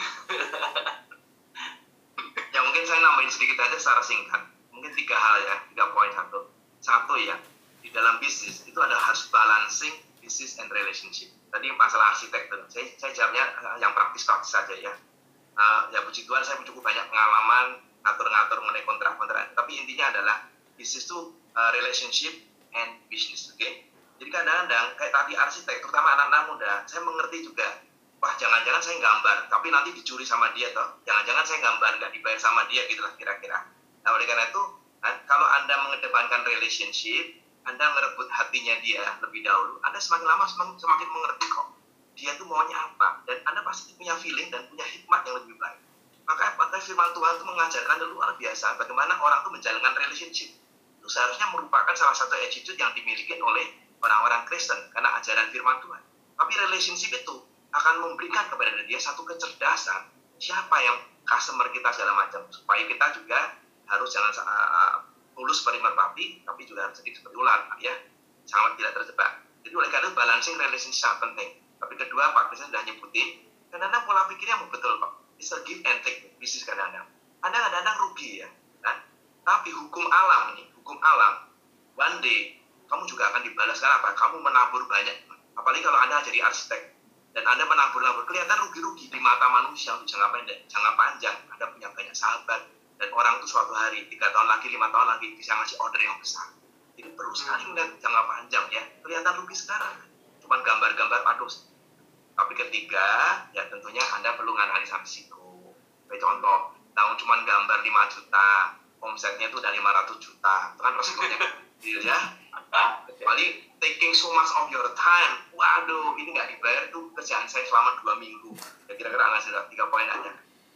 S4: Ya mungkin saya nambahin sedikit aja secara singkat. Mungkin tiga hal ya, tiga poin satu. Satu ya, di dalam bisnis itu ada harus balancing business and relationship. Tadi masalah arsitek tuh, saya, saya jawabnya yang praktis-praktis saja ya. Uh, ya puji Tuhan saya cukup banyak pengalaman ngatur-ngatur mengenai kontrak-kontrak. Tapi intinya adalah bisnis itu uh, relationship and business, oke? Okay? Jadi kadang-kadang kayak tadi arsitek, terutama anak-anak muda, saya mengerti juga. Wah jangan-jangan saya gambar, tapi nanti dicuri sama dia toh. Jangan-jangan saya gambar nggak dibayar sama dia gitulah kira-kira. Nah oleh karena itu, kalau Anda mengedepankan relationship, Anda merebut hatinya dia lebih dahulu, Anda semakin lama semakin, semakin mengerti kok dia tuh maunya apa, dan Anda pasti punya feeling dan punya hikmat yang lebih baik. Maka maka firman Tuhan itu mengajarkan luar biasa bagaimana orang itu menjalankan relationship. Itu seharusnya merupakan salah satu attitude yang dimiliki oleh orang-orang Kristen karena ajaran firman Tuhan. Tapi relationship itu akan memberikan kepada dia satu kecerdasan siapa yang customer kita segala macam, supaya kita juga harus jangan uh, tulus seperti merpati, tapi juga harus sedikit seperti ular, ya, sangat tidak terjebak. Jadi oleh karena itu balancing relationship sangat penting. Tapi kedua, Pak Kristen sudah nyebutin, kadang-kadang pola pikirnya mau betul kok. It's a give and take bisnis kadang-kadang. Anda kadang-kadang rugi ya, kan? Tapi hukum alam ini, hukum alam, one day kamu juga akan dibalas. Karena apa? Kamu menabur banyak. Apalagi kalau Anda jadi arsitek dan Anda menabur-nabur, kelihatan rugi-rugi di mata manusia untuk jangka pendek, jangka panjang. Anda punya banyak sahabat. Dan orang itu suatu hari, tiga tahun lagi, lima tahun lagi, bisa ngasih order yang besar. Jadi perlu sekali melihat jangka panjang ya. Kelihatan rugi sekarang. Cuma gambar-gambar paduh. Tapi ketiga, ya tentunya Anda perlu menganalisa risiko. Kayak contoh, tahun cuma gambar lima juta, omsetnya itu udah lima ratus juta. Itu kan risikonya kecil ya. Kecuali taking so much of your time. Waduh, ini nggak dibayar tuh kerjaan saya selama dua minggu. Ya kira-kira nggak sudah tiga poin aja.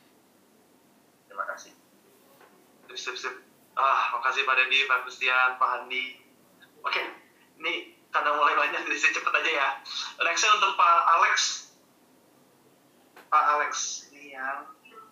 S4: Terima kasih.
S5: Sip, sip. Ah, makasih Pak Dedi, Pak Christian, Pak Handi. Oke, ini karena mulai banyak, jadi saya cepet aja ya. Nextnya untuk Pak Alex. Pak Alex ini yang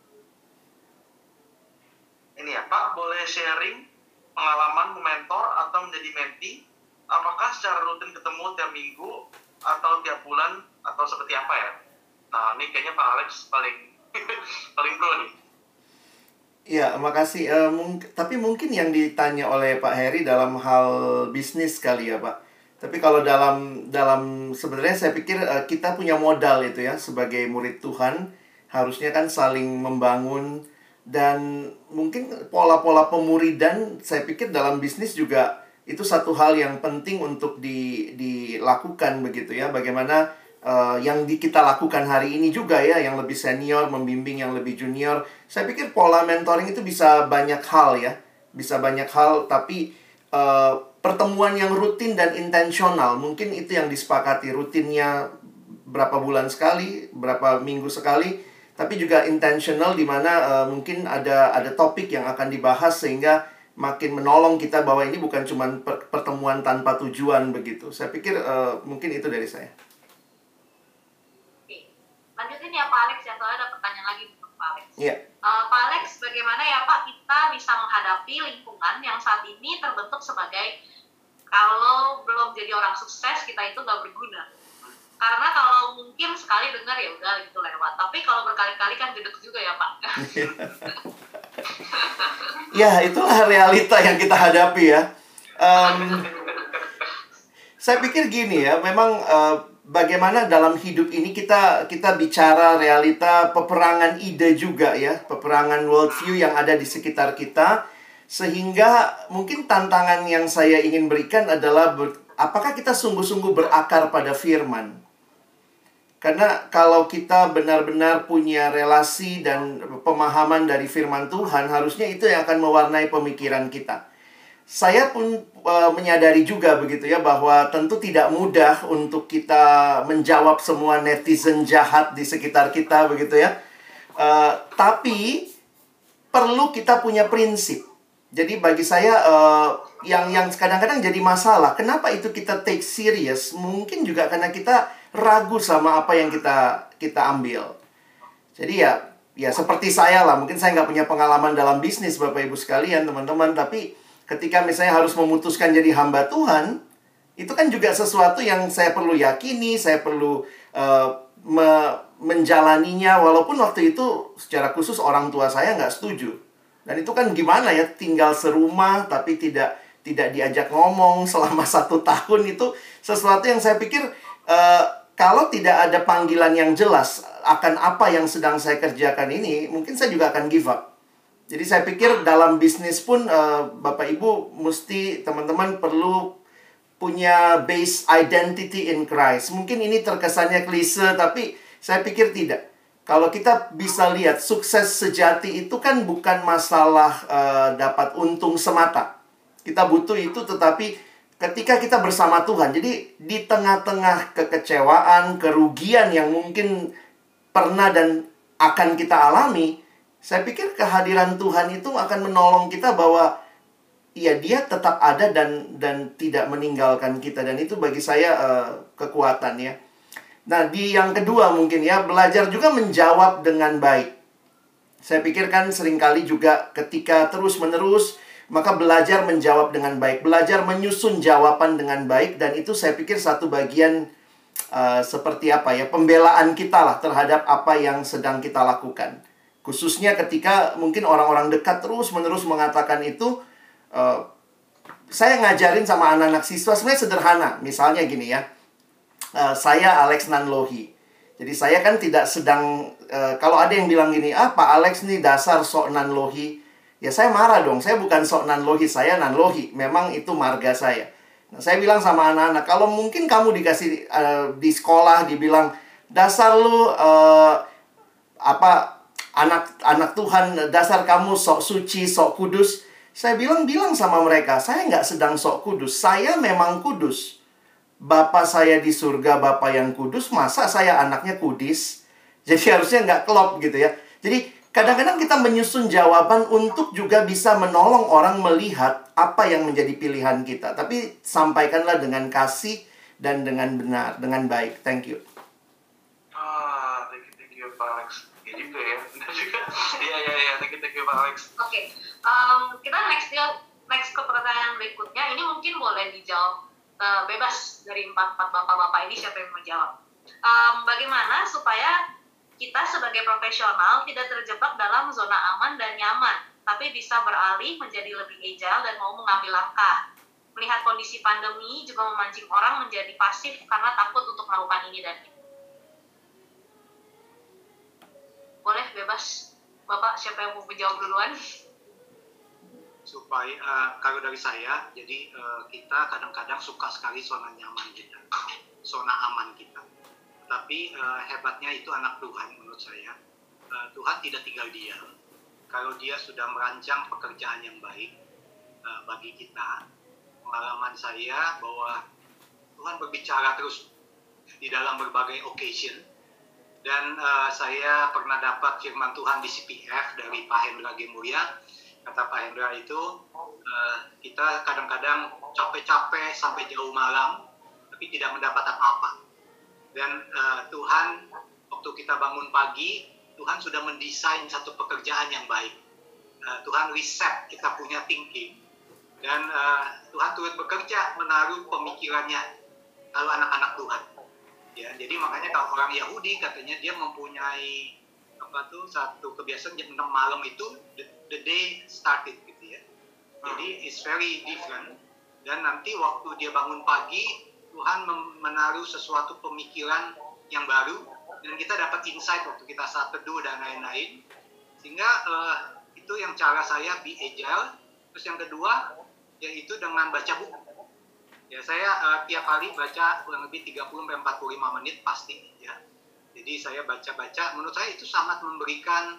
S5: ini ya, Pak boleh sharing pengalaman mentor atau menjadi mentee? Apakah secara rutin ketemu tiap minggu atau tiap bulan atau seperti apa ya? Nah, ini kayaknya Pak Alex paling paling pro nih.
S2: Ya, makasih. Eh, mung- tapi mungkin yang ditanya oleh Pak Heri dalam hal bisnis kali ya, Pak. Tapi kalau dalam dalam sebenarnya saya pikir eh, kita punya modal itu ya sebagai murid Tuhan, harusnya kan saling membangun, dan mungkin pola-pola pemuridan saya pikir dalam bisnis juga itu satu hal yang penting untuk di dilakukan begitu ya. Bagaimana uh, yang di, kita lakukan hari ini juga ya, yang lebih senior membimbing yang lebih junior. Saya pikir pola mentoring itu bisa banyak hal ya, bisa banyak hal. Tapi uh, pertemuan yang rutin dan intensional mungkin itu yang disepakati, rutinnya berapa bulan sekali, berapa minggu sekali, tapi juga intentional di mana uh, mungkin ada ada topik yang akan dibahas sehingga makin menolong kita bahwa ini bukan cuma per pertemuan tanpa tujuan begitu. Saya pikir uh, mungkin itu dari saya.
S3: Oke, lanjutin ya Pak Alex ya, soalnya ada pertanyaan lagi untuk Pak Alex.
S2: Iya.
S3: Uh, Pak Alex, bagaimana ya Pak kita bisa menghadapi lingkungan yang saat ini terbentuk sebagai kalau belum jadi orang sukses kita itu nggak berguna? Karena kalau mungkin sekali dengar ya udah gitu lewat, tapi kalau berkali-kali kan gedek juga ya Pak.
S2: Ya, itulah realita yang kita hadapi ya. Um, saya pikir gini ya, memang uh, bagaimana dalam hidup ini kita kita bicara realita peperangan ide juga ya, peperangan worldview yang ada di sekitar kita, sehingga mungkin tantangan yang saya ingin berikan adalah ber, apakah kita sungguh-sungguh berakar pada firman? Karena kalau kita benar-benar punya relasi dan pemahaman dari firman Tuhan, harusnya itu yang akan mewarnai pemikiran kita. Saya pun e, menyadari juga begitu ya, bahwa tentu tidak mudah untuk kita menjawab semua netizen jahat di sekitar kita begitu ya. E, tapi perlu kita punya prinsip. Jadi bagi saya e, yang yang kadang-kadang jadi masalah, kenapa itu kita take serious? Mungkin juga karena kita ragu sama apa yang kita kita ambil. Jadi ya ya seperti saya lah, mungkin saya nggak punya pengalaman dalam bisnis Bapak Ibu sekalian teman-teman, tapi ketika misalnya harus memutuskan jadi hamba Tuhan, itu kan juga sesuatu yang saya perlu yakini, saya perlu uh, me menjalaninya, walaupun waktu itu secara khusus orang tua saya nggak setuju. Dan itu kan gimana ya, tinggal serumah tapi tidak tidak diajak ngomong selama satu tahun, itu sesuatu yang saya pikir uh, kalau tidak ada panggilan yang jelas akan apa yang sedang saya kerjakan ini, mungkin saya juga akan give up. Jadi saya pikir dalam bisnis pun uh, Bapak Ibu mesti, teman-teman perlu punya base identity in Christ. Mungkin ini terkesannya klise, tapi saya pikir tidak. Kalau kita bisa lihat sukses sejati itu kan bukan masalah uh, dapat untung semata. Kita butuh itu, tetapi ketika kita bersama Tuhan, jadi di tengah-tengah kekecewaan, kerugian yang mungkin pernah dan akan kita alami, saya pikir kehadiran Tuhan itu akan menolong kita bahwa ya dia tetap ada dan dan tidak meninggalkan kita, dan itu bagi saya uh, kekuatan ya. Nah, di yang kedua mungkin ya, belajar juga menjawab dengan baik. Saya pikir kan seringkali juga ketika terus-menerus, maka belajar menjawab dengan baik, belajar menyusun jawaban dengan baik, dan itu saya pikir satu bagian uh, seperti apa ya, pembelaan kita lah terhadap apa yang sedang kita lakukan. Khususnya ketika mungkin orang-orang dekat terus-menerus mengatakan itu, uh, saya ngajarin sama anak-anak siswa sebenarnya sederhana. Misalnya gini ya, uh, saya Alex Nanlohi. Jadi saya kan tidak sedang, uh, kalau ada yang bilang gini, ah Pak Alex nih dasar sok Nanlohi. Ya saya marah dong, saya bukan sok Nanlohi, saya Nanlohi. Memang itu marga saya. Nah, saya bilang sama anak-anak, kalau mungkin kamu dikasih uh, di sekolah dibilang, dasar lu uh, apa anak-anak Tuhan, dasar kamu sok suci, sok kudus. Saya bilang-bilang sama mereka, saya nggak sedang sok kudus, saya memang kudus. Bapa saya di surga, Bapa yang kudus, masa saya anaknya kudis? Jadi harusnya nggak klop gitu ya. Jadi kadang-kadang kita menyusun jawaban untuk juga bisa menolong orang melihat apa yang menjadi pilihan kita. Tapi sampaikanlah dengan kasih dan dengan benar, dengan baik. Thank you.
S5: Ah, thank you, thank you Pak Alex. Iya juga ya, benar juga. Iya iya iya, thank you thank you Pak Alex.
S3: Oke, okay. um, kita next next ke pertanyaan berikutnya. Ini mungkin boleh dijawab uh, bebas dari empat empat bapak-bapak ini, siapa yang mau jawab. Um, bagaimana supaya kita sebagai profesional tidak terjebak dalam zona aman dan nyaman, tapi bisa beralih menjadi lebih agile dan mau mengambil langkah. Melihat kondisi pandemi juga memancing orang menjadi pasif karena takut untuk melakukan ini dan itu. Boleh bebas, Bapak, siapa yang mau menjawab duluan?
S6: Supaya uh, kalau dari saya, jadi uh, kita kadang-kadang suka sekali zona nyaman kita, zona aman kita. Tapi uh, hebatnya itu anak Tuhan menurut saya. Uh, Tuhan tidak tinggal diam. Kalau Dia sudah merancang pekerjaan yang baik uh, bagi kita, pengalaman saya bahwa Tuhan berbicara terus di dalam berbagai occasion. Dan uh, saya pernah dapat firman Tuhan di C P F dari Pak Hendra Gemulia. Kata Pak Hendra itu, uh, kita kadang-kadang capek-capek sampai jauh malam, tapi tidak mendapat apa-apa. Dan uh, Tuhan, waktu kita bangun pagi, Tuhan sudah mendesain satu pekerjaan yang baik. Uh, Tuhan reset kita punya thinking. Dan uh, Tuhan turut bekerja menaruh pemikirannya kalau anak-anak Tuhan. Ya, jadi makanya kalau orang Yahudi katanya dia mempunyai apa tuh satu kebiasaan jam enam malam itu the, the day started gitu ya. Jadi it's very different. Dan nanti waktu dia bangun pagi, Tuhan menaruh sesuatu pemikiran yang baru dan kita dapat insight waktu kita saat teduh dan lain-lain. Sehingga uh, itu yang cara saya be agile. Terus yang kedua yaitu dengan baca buku. Ya, saya uh, tiap hari baca kurang lebih tiga puluh sampai empat puluh lima menit pasti ya. Jadi saya baca-baca, menurut saya itu sangat memberikan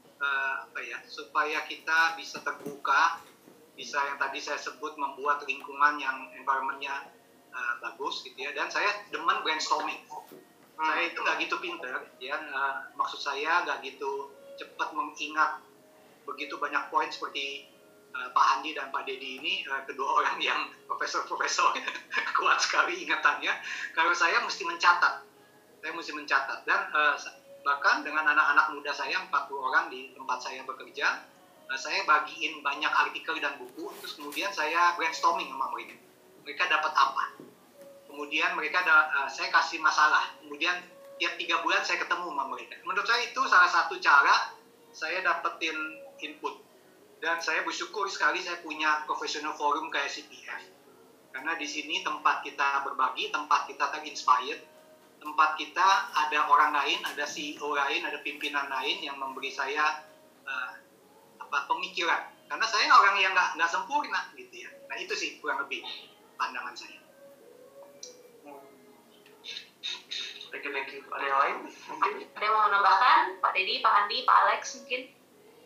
S6: uh, apa ya, supaya kita bisa terbuka, bisa yang tadi saya sebut membuat lingkungan yang environment-nya uh, bagus gitu ya. Dan saya demen brainstorming. Saya itu nggak gitu pinter ya, uh, maksud saya nggak gitu cepat mengingat begitu banyak poin seperti Uh, Pak Handi dan Pak Dedi ini uh, kedua orang yang profesor-profesor kuat sekali ingatannya. Kalau saya mesti mencatat, saya mesti mencatat dan uh, bahkan dengan anak-anak muda saya empat puluh orang di tempat saya bekerja, uh, saya bagiin banyak artikel dan buku, terus kemudian saya brainstorming sama mereka. Mereka dapat apa? Kemudian mereka ada, uh, saya kasih masalah. Kemudian tiap tiga bulan saya ketemu sama mereka. Menurut saya itu salah satu cara saya dapetin input. Dan saya bersyukur sekali saya punya professional forum kayak C P F. Karena di sini tempat kita berbagi, tempat kita terinspired, tempat kita ada orang lain, ada C E O lain, ada pimpinan lain yang memberi saya uh, apa pemikiran. Karena saya orang yang nggak nggak sempurna gitu ya. Nah itu sih kurang lebih pandangan saya.
S5: Thank you, thank you. Ada yang lain mungkin?
S3: Ada yang mau menambahkan? Pak Dedi, Pak Handi, Pak Alex mungkin?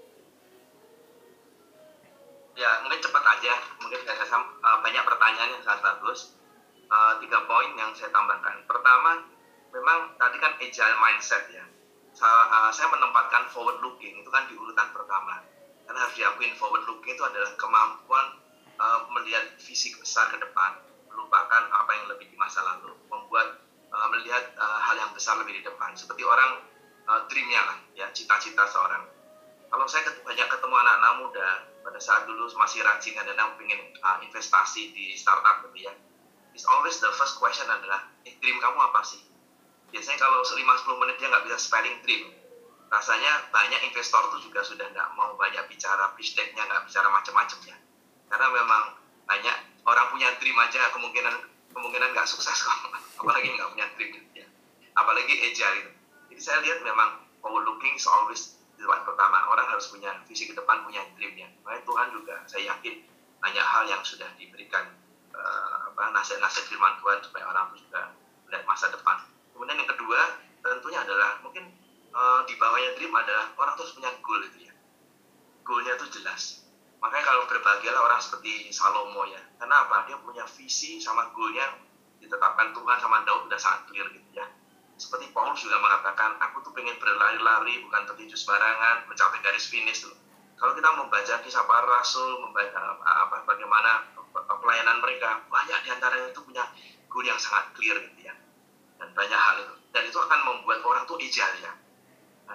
S4: Ya, mungkin cepat aja. Mungkin saya uh, banyak pertanyaan yang sangat bagus. Uh, tiga poin yang saya tambahkan. Pertama, memang tadi kan agile mindset ya. Saya, uh, saya menempatkan forward looking itu kan di urutan pertama. Karena harus diakuin forward looking itu adalah kemampuan uh, melihat visi besar ke depan, melupakan apa yang lebih di masa lalu, membuat uh, melihat uh, hal yang besar lebih di depan. Seperti orang uh, dreamnya lah, ya cita-cita seorang. Kalau saya banyak ketemu anak-anak muda pada saat dulu masih rajin dan pengen uh, investasi di startup gitu ya, it's always the first question adalah, eh, dream kamu apa sih? Biasanya kalau lima sampai sepuluh menit dia nggak bisa spelling dream, rasanya banyak investor tuh juga sudah nggak mau banyak bicara pitch deck-nya, nggak bicara macam-macam ya. Karena memang banyak orang punya dream aja kemungkinan kemungkinan nggak sukses kok, apalagi nggak punya dream gitu ya. Apalagi agile itu. Jadi saya lihat memang forward looking is always di tempat pertama. Orang harus punya visi ke depan, punya dreamnya. Makanya Tuhan juga saya yakin banyak hal yang sudah diberikan uh, apa nasihat-nasihat firman Tuhan supaya orang itu juga melihat masa depan. Kemudian yang kedua tentunya adalah mungkin uh, di bawahnya dream adalah orang terus punya goal itu ya. Goalnya itu jelas. Makanya kalau berbahagialah orang seperti Salomo ya. Karena apa? Dia punya visi sama goalnya ditetapkan Tuhan sama Daud udah sangat clear gitu ya. Seperti Paulus juga mengatakan, aku tuh pengen berlari-lari bukan tertinju sembarangan, mencapai garis finish tuh. Kalau kita membaca kisah para rasul, membaca apa bagaimana pelayanan mereka, banyak di antaranya itu punya goal yang sangat clear gitu ya. Dan banyak hal itu. Dan itu akan membuat orang tuh agile ya. Dan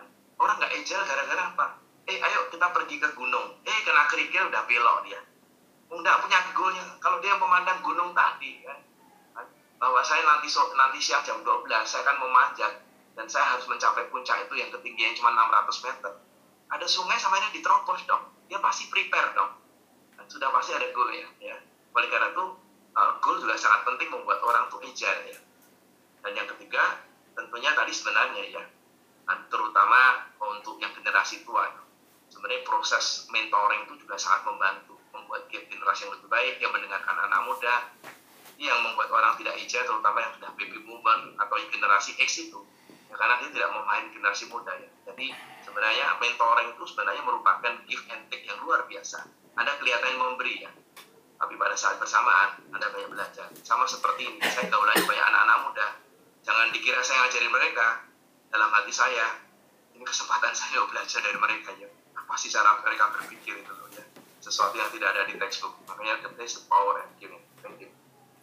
S4: Orang nggak agile gara-gara apa? Eh, ayo kita pergi ke gunung. Eh, kena kerikil udah belok dia. Nggak punya goalnya. Kalau dia memandang gunung tadi, kan, bahwa saya nanti so, nanti siang jam dua belas saya akan memanjat dan saya harus mencapai puncak itu yang ketinggian cuma enam ratus meter. Ada sungai sama ini diterobos dong. Dia pasti prepare dong. Dan sudah pasti ada goalnya. Ya. Oleh karena itu, uh, goal juga sangat penting membuat orang tuh agile. Ya. Dan yang ketiga, tentunya tadi sebenarnya ya, terutama untuk yang generasi tua, sebenarnya proses mentoring itu juga sangat membantu membuat generasi yang lebih baik, yang mendengarkan anak muda, yang membuat orang tidak agile, terutama yang sudah baby boomer atau generasi X itu, ya, karena dia tidak memain generasi muda ya. Jadi sebenarnya mentoring itu sebenarnya merupakan give and take yang luar biasa. Anda kelihatan memberi ya, tapi pada saat bersamaan Anda banyak belajar. Sama seperti ini, saya gaulannya banyak anak-anak muda. Jangan dikira saya ngajarin mereka. Dalam hati saya, ini kesempatan saya belajar dari mereka ya. Apa sih cara mereka berpikir itu loh ya. Sesuatu yang tidak ada di textbook. Makanya there's the power and giving. Thank you.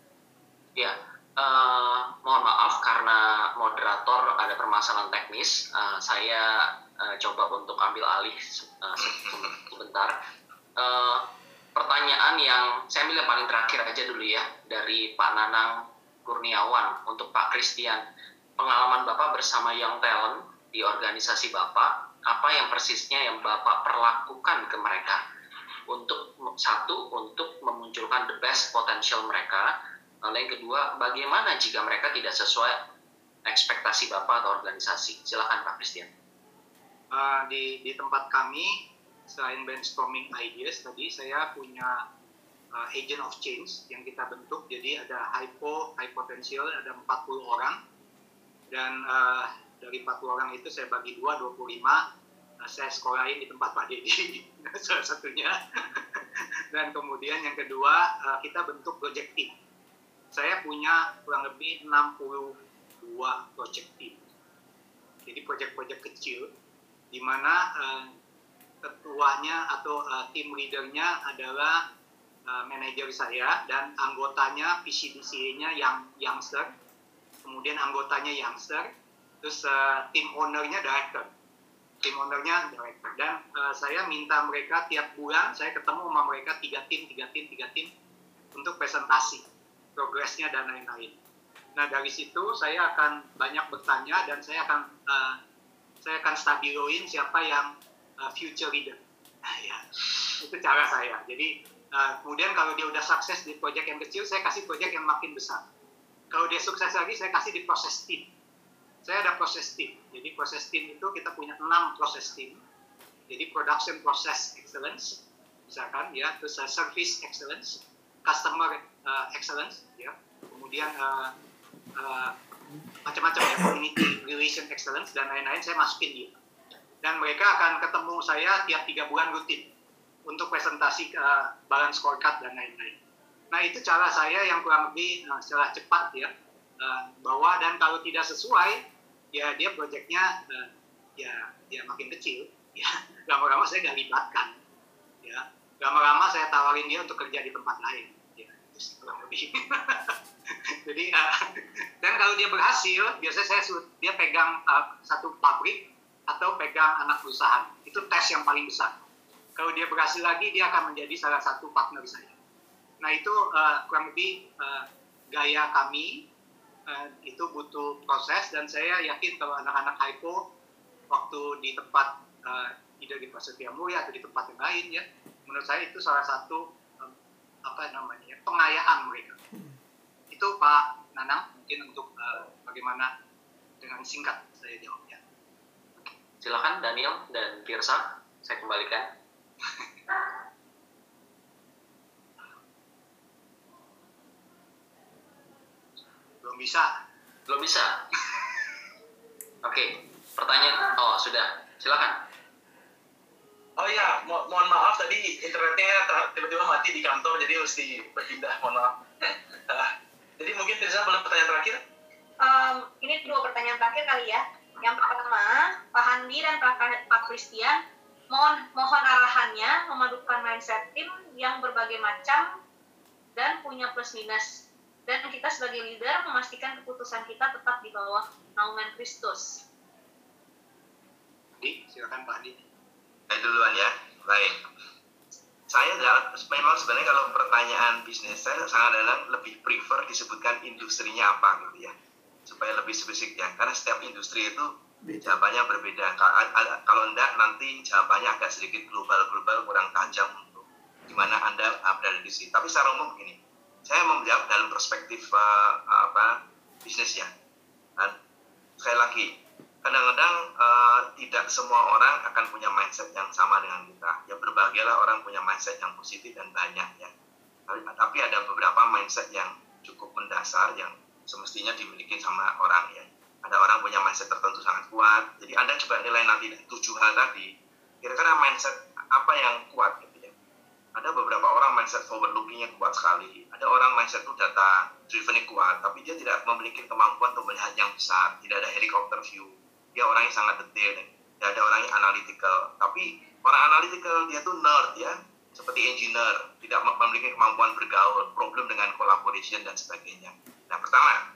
S8: Ya, uh, mohon maaf karena moderator ada permasalahan teknis. Uh, saya uh, coba untuk ambil alih uh, sebentar. Uh, pertanyaan yang saya ambil yang paling terakhir aja dulu ya, dari Pak Nanang Kurniawan untuk Pak Christian. Pengalaman Bapak bersama Young Talent di organisasi Bapak, apa yang persisnya yang Bapak perlakukan ke mereka? Untuk satu, untuk memunculkan the best potential mereka. Lalu yang kedua, bagaimana jika mereka tidak sesuai ekspektasi Bapak atau organisasi? Silakan Pak Christian.
S6: Uh, di, di tempat kami, selain brainstorming ideas tadi, saya punya uh, agent of change yang kita bentuk. Jadi ada hypo, high potential, ada empat puluh orang. Dan uh, dari empat puluh orang itu saya bagi dua, dua puluh lima. Uh, saya sekolahin di tempat Pak Dedi, salah satunya. Dan kemudian yang kedua, uh, kita bentuk project team. Saya punya kurang lebih enam puluh dua project team. Jadi project-project kecil, di mana uh, ketuanya atau uh, team leadernya adalah uh, manajer saya, dan anggotanya P C D C A-nya yang youngster, kemudian anggotanya youngster, terus uh, team owner-nya director. Team owner-nya director. Dan uh, saya minta mereka tiap bulan, saya ketemu sama mereka tiga tim, tiga tim, tiga tim, untuk presentasi progresnya dan lain-lain. Nah, dari situ saya akan banyak bertanya, dan saya akan uh, saya akan stabiloin siapa yang uh, future leader. Nah, ya, itu cara saya. Jadi uh, kemudian kalau dia udah sukses di proyek yang kecil, saya kasih proyek yang makin besar. Kalau dia sukses lagi, saya kasih di proses tim. Saya ada proses tim. Jadi proses tim itu kita punya enam proses tim. Jadi production process excellence, misalkan ya, terus uh, service excellence, customer uh, excellence, ya, kemudian uh, uh, macam-macam ya, community relation excellence dan lain-lain, saya masukin dia. Dan mereka akan ketemu saya tiap tiga bulan rutin untuk presentasi uh, balance scorecard dan lain-lain. Nah, itu cara saya yang kurang lebih uh, secara cepat ya, uh, bahwa dan kalau tidak sesuai, ya dia proyeknya uh, ya ya makin kecil, ya lama-lama saya nggak libatkan, ya lama-lama saya tawarin dia untuk kerja di tempat lain, ya itu kurang lebih. Jadi uh, dan kalau dia berhasil, biasanya saya suruh dia pegang uh, satu pabrik atau pegang anak perusahaan, itu tes yang paling besar. Kalau dia berhasil lagi, dia akan menjadi salah satu partner saya. Nah, itu uh, kurang lebih uh, gaya kami, uh, itu butuh proses, dan saya yakin kalau anak-anak hypo waktu di tempat uh, either di Prasetya Mulia atau di tempat yang lain ya, menurut saya itu salah satu um, apa namanya pengayaan mereka. Itu Pak Nanang mungkin untuk uh, bagaimana dengan singkat saya jawabnya.
S8: Silakan Daniel dan Tirsa, saya kembalikan.
S6: Belum bisa.
S8: Belum bisa. Oke, pertanyaan. Oh, sudah. Silakan.
S5: Oh iya, mo mohon maaf tadi internetnya tiba-tiba mati di kantor, jadi mesti berpindah. Mohon maaf. Jadi mungkin Tirza boleh pertanyaan terakhir?
S3: Um, ini dua pertanyaan terakhir kali ya. Yang pertama, Pak Handi dan Pak, Pak Christian, mohon mohon arahannya memadukan mindset tim yang berbagai macam dan punya plus minus. Dan kita sebagai leader memastikan keputusan kita tetap di bawah naungan Kristus.
S6: Di, silakan Pak Di.
S4: Saya duluan ya. Baik. Saya memang sebenarnya kalau pertanyaan bisnis, saya sangat dalam lebih prefer disebutkan industrinya apa gitu ya, supaya lebih spesifik ya. Karena setiap industri itu jawabannya berbeda. Kalau enggak nanti jawabannya agak sedikit global-global, kurang tajam untuk gimana Anda berada di sini. Tapi secara umum begini, saya mau menjawab dalam perspektif uh, apa bisnis ya. Dan sekali lagi, kadang-kadang uh, tidak semua orang akan punya mindset yang sama dengan kita. Ya berbahagialah orang punya mindset yang positif dan banyak ya. Tapi, tapi ada beberapa mindset yang cukup mendasar yang semestinya dimiliki sama orang ya. Ada orang punya mindset tertentu sangat kuat. Jadi Anda coba nilai nanti tujuh hal tadi. Kira-kira mindset apa yang kuat gitu ya. Ada beberapa orang mindset forward lookingnya kuat sekali. Ada orang mindset itu data driven kuat, tapi dia tidak memiliki kemampuan untuk melihat yang besar. Tidak ada helicopter view. Dia orang yang sangat detail. Dia ada orang yang analytical. Tapi orang analytical dia tuh nerd ya, seperti engineer, tidak memiliki kemampuan bergaul, problem dengan collaboration dan sebagainya. Nah, pertama,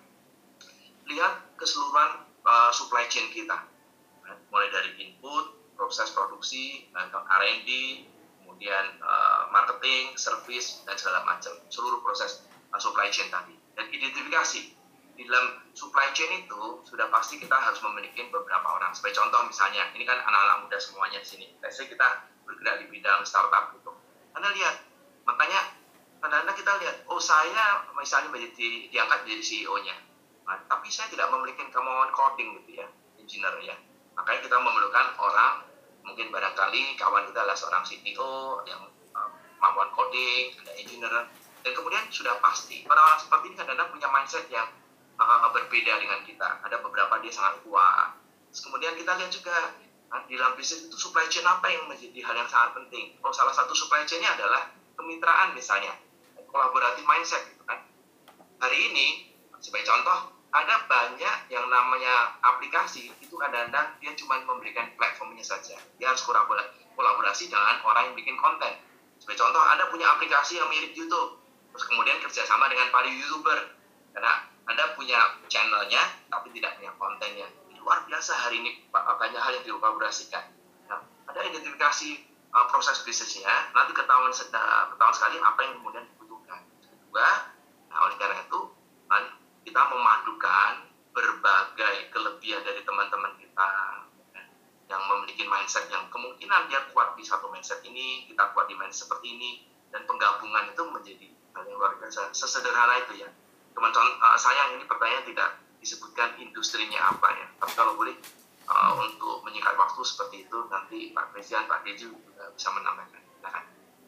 S4: lihat keseluruhan uh, supply chain kita, mulai dari input, proses produksi, R and D, kemudian uh, marketing, service, dan segala macam, seluruh proses uh, supply chain tadi. Dan identifikasi di dalam supply chain itu sudah pasti kita harus memiliki beberapa orang. Sebagai contoh misalnya, ini kan anak-anak muda semuanya di sini. Let's say kita bergerak di bidang startup gitu. Anda lihat, makanya kadang-kadang kita lihat, oh saya misalnya menjadi diangkat menjadi C E O-nya. Nah, tapi saya tidak memiliki kemampuan coding gitu ya, engineer ya. Makanya kita memerlukan orang, mungkin barangkali kawan kita adalah seorang C T O yang uh, kemampuan coding, ada engineer, dan kemudian sudah pasti orang-orang seperti ini kadang-kadang punya mindset yang uh, berbeda dengan kita. Ada beberapa dia sangat kuat. Terus kemudian kita lihat juga uh, di dalam bisnis itu supply chain apa yang menjadi hal yang sangat penting. Oh, salah satu supply chain-nya adalah kemitraan misalnya, kolaboratif mindset gitu kan. Hari ini sebagai contoh, ada banyak yang namanya aplikasi itu kadang-kadang dia cuma memberikan platformnya saja. Dia harus kolaborasi dengan orang yang bikin konten. Sebagai contoh, Anda punya aplikasi yang mirip YouTube, terus kemudian kerjasama dengan para YouTuber. Karena Anda punya channelnya, tapi tidak punya kontennya. Luar biasa hari ini banyak hal yang dikolaborasikan. Nah, ada identifikasi uh, proses bisnisnya, nanti ketahuan, ketahuan sekali apa yang kemudian dibutuhkan. Kedua, nah, oleh karena itu, kita memadukan berbagai kelebihan dari teman-teman kita yang memiliki mindset yang kemungkinan dia kuat di satu mindset ini, kita kuat di mindset seperti ini, dan penggabungan itu menjadi hal yang luar biasa. Sesederhana itu ya. Teman-teman, uh, sayang ini pertanyaan tidak disebutkan industrinya apa ya. Tapi kalau boleh uh, untuk menyingkat waktu seperti itu, nanti Pak Christian, Pak Deju juga bisa menambahkan. Nah,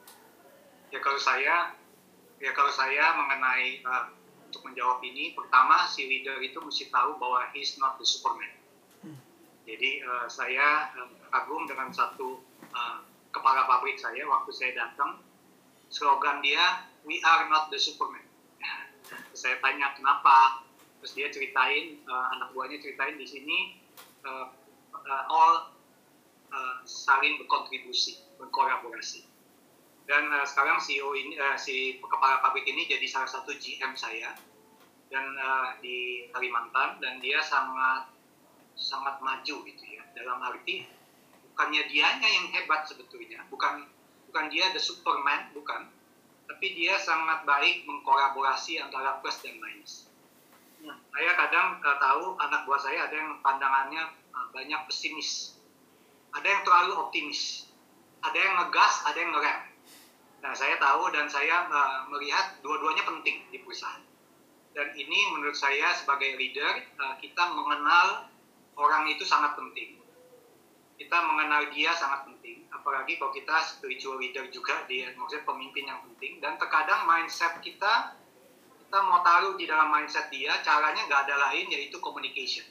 S6: ya kalau saya, ya kalau saya mengenai uh, untuk menjawab ini, pertama si leader itu mesti tahu bahwa he's not the Superman. Hmm. Jadi uh, saya uh, kagum dengan satu uh, kepala pabrik saya waktu saya datang, slogan dia, we are not the Superman. Saya tanya kenapa, terus dia ceritain, uh, anak buahnya ceritain di sini uh, uh, all uh, saling berkontribusi, berkolaborasi. Dan uh, sekarang C E O ini, uh, si kepala pabrik ini jadi salah satu G M saya dan uh, di Kalimantan, dan dia sangat sangat maju gitu ya. Dalam arti bukannya dianya yang hebat sebetulnya, bukan bukan dia the Superman, bukan, tapi dia sangat baik mengkolaborasi antara plus dan minus. Nah, saya kadang uh, tahu anak buah saya ada yang pandangannya uh, banyak pesimis, ada yang terlalu optimis, ada yang ngegas, ada yang ngerem. Nah, saya tahu dan saya uh, melihat dua-duanya penting di perusahaan. Dan ini menurut saya sebagai leader, uh, kita mengenal orang itu sangat penting. Kita mengenal dia sangat penting. Apalagi kalau kita spiritual leader juga, dia maksudnya pemimpin yang penting. Dan terkadang mindset kita, kita mau taruh di dalam mindset dia, caranya nggak ada lain yaitu communication.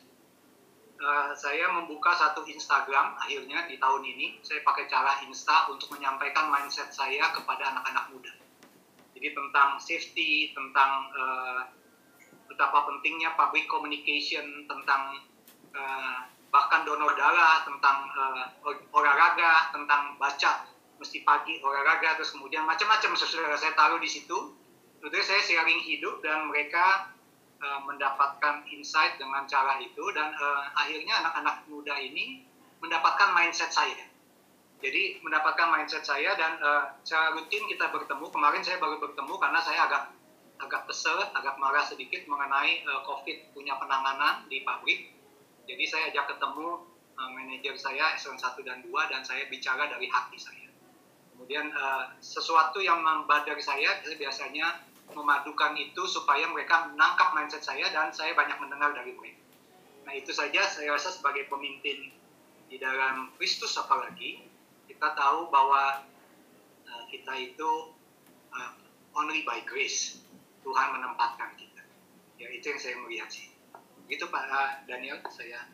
S6: Uh, saya membuka satu Instagram akhirnya di tahun ini, saya pakai cara Insta untuk menyampaikan mindset saya kepada anak-anak muda. Jadi tentang safety, tentang uh, betapa pentingnya public communication, tentang uh, bahkan donor darah, tentang uh, olahraga, tentang baca mesti pagi olahraga, terus kemudian macam-macam sesudah saya taruh di situ. Terus saya sharing hidup dan mereka mendapatkan insight dengan cara itu, dan uh, akhirnya anak-anak muda ini mendapatkan mindset saya. Jadi mendapatkan mindset saya dan uh, secara rutin kita bertemu. Kemarin saya baru bertemu karena saya agak agak kesel, agak marah sedikit mengenai uh, COVID punya penanganan di pabrik. Jadi saya ajak ketemu uh, manajer saya eselon satu dan dua dan saya bicara dari hati saya. Kemudian uh, sesuatu yang membadar saya, saya biasanya memadukan itu supaya mereka menangkap mindset saya dan saya banyak mendengar dari mereka. Nah itu saja saya rasa sebagai pemimpin di dalam Kristus apalagi, kita tahu bahwa uh, kita itu uh, only by grace, Tuhan menempatkan kita. Ya itu yang saya melihat sih. Begitu Pak uh, Daniel, saya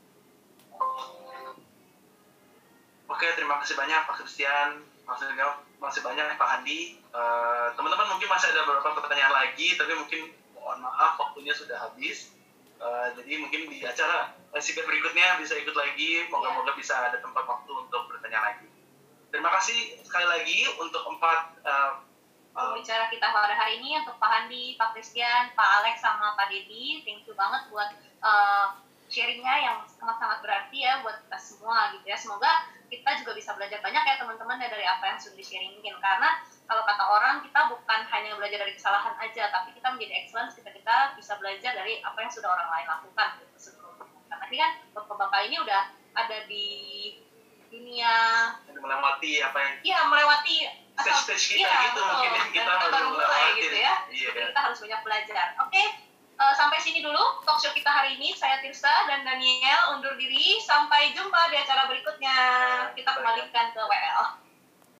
S5: Oke, terima kasih banyak Pak Christian, masih masih banyak Pak Andi. Uh, teman-teman mungkin masih ada beberapa pertanyaan lagi, tapi mungkin mohon maaf waktunya sudah habis. Uh, jadi mungkin di acara singkat berikutnya bisa ikut lagi, moga-moga bisa ada tempat waktu untuk bertanya lagi. Terima kasih sekali lagi untuk empat uh, uh,
S3: bicara kita pada hari ini, untuk Pak Handi, Pak Christian, Pak Alex, sama Pak Dedi. Thank you banget buat uh, sharingnya yang sangat-sangat berarti ya buat kita semua gitu ya. Semoga kita juga bisa belajar banyak ya teman-teman ya dari apa yang sudah di-sharingin, karena kalau kata orang kita bukan hanya belajar dari kesalahan aja, tapi kita menjadi excellence ketika kita bisa belajar dari apa yang sudah orang lain lakukan gitu sebelumnya. Karena ini kan bapak-bapak ini udah ada di dunia
S5: melewati apa yang
S3: iya melewati
S5: stage-stage kita
S3: iya,
S5: gitu,
S3: betul.
S5: mungkin yang kita
S3: Dan baru mulai gitu ya.
S5: Iya.
S3: Jadi kita harus banyak belajar. Oke. Okay. Uh, sampai sini dulu talk show kita hari ini. Saya Tirsa dan Daniel undur diri. Sampai jumpa di acara berikutnya. Kita kembalikan ke W L.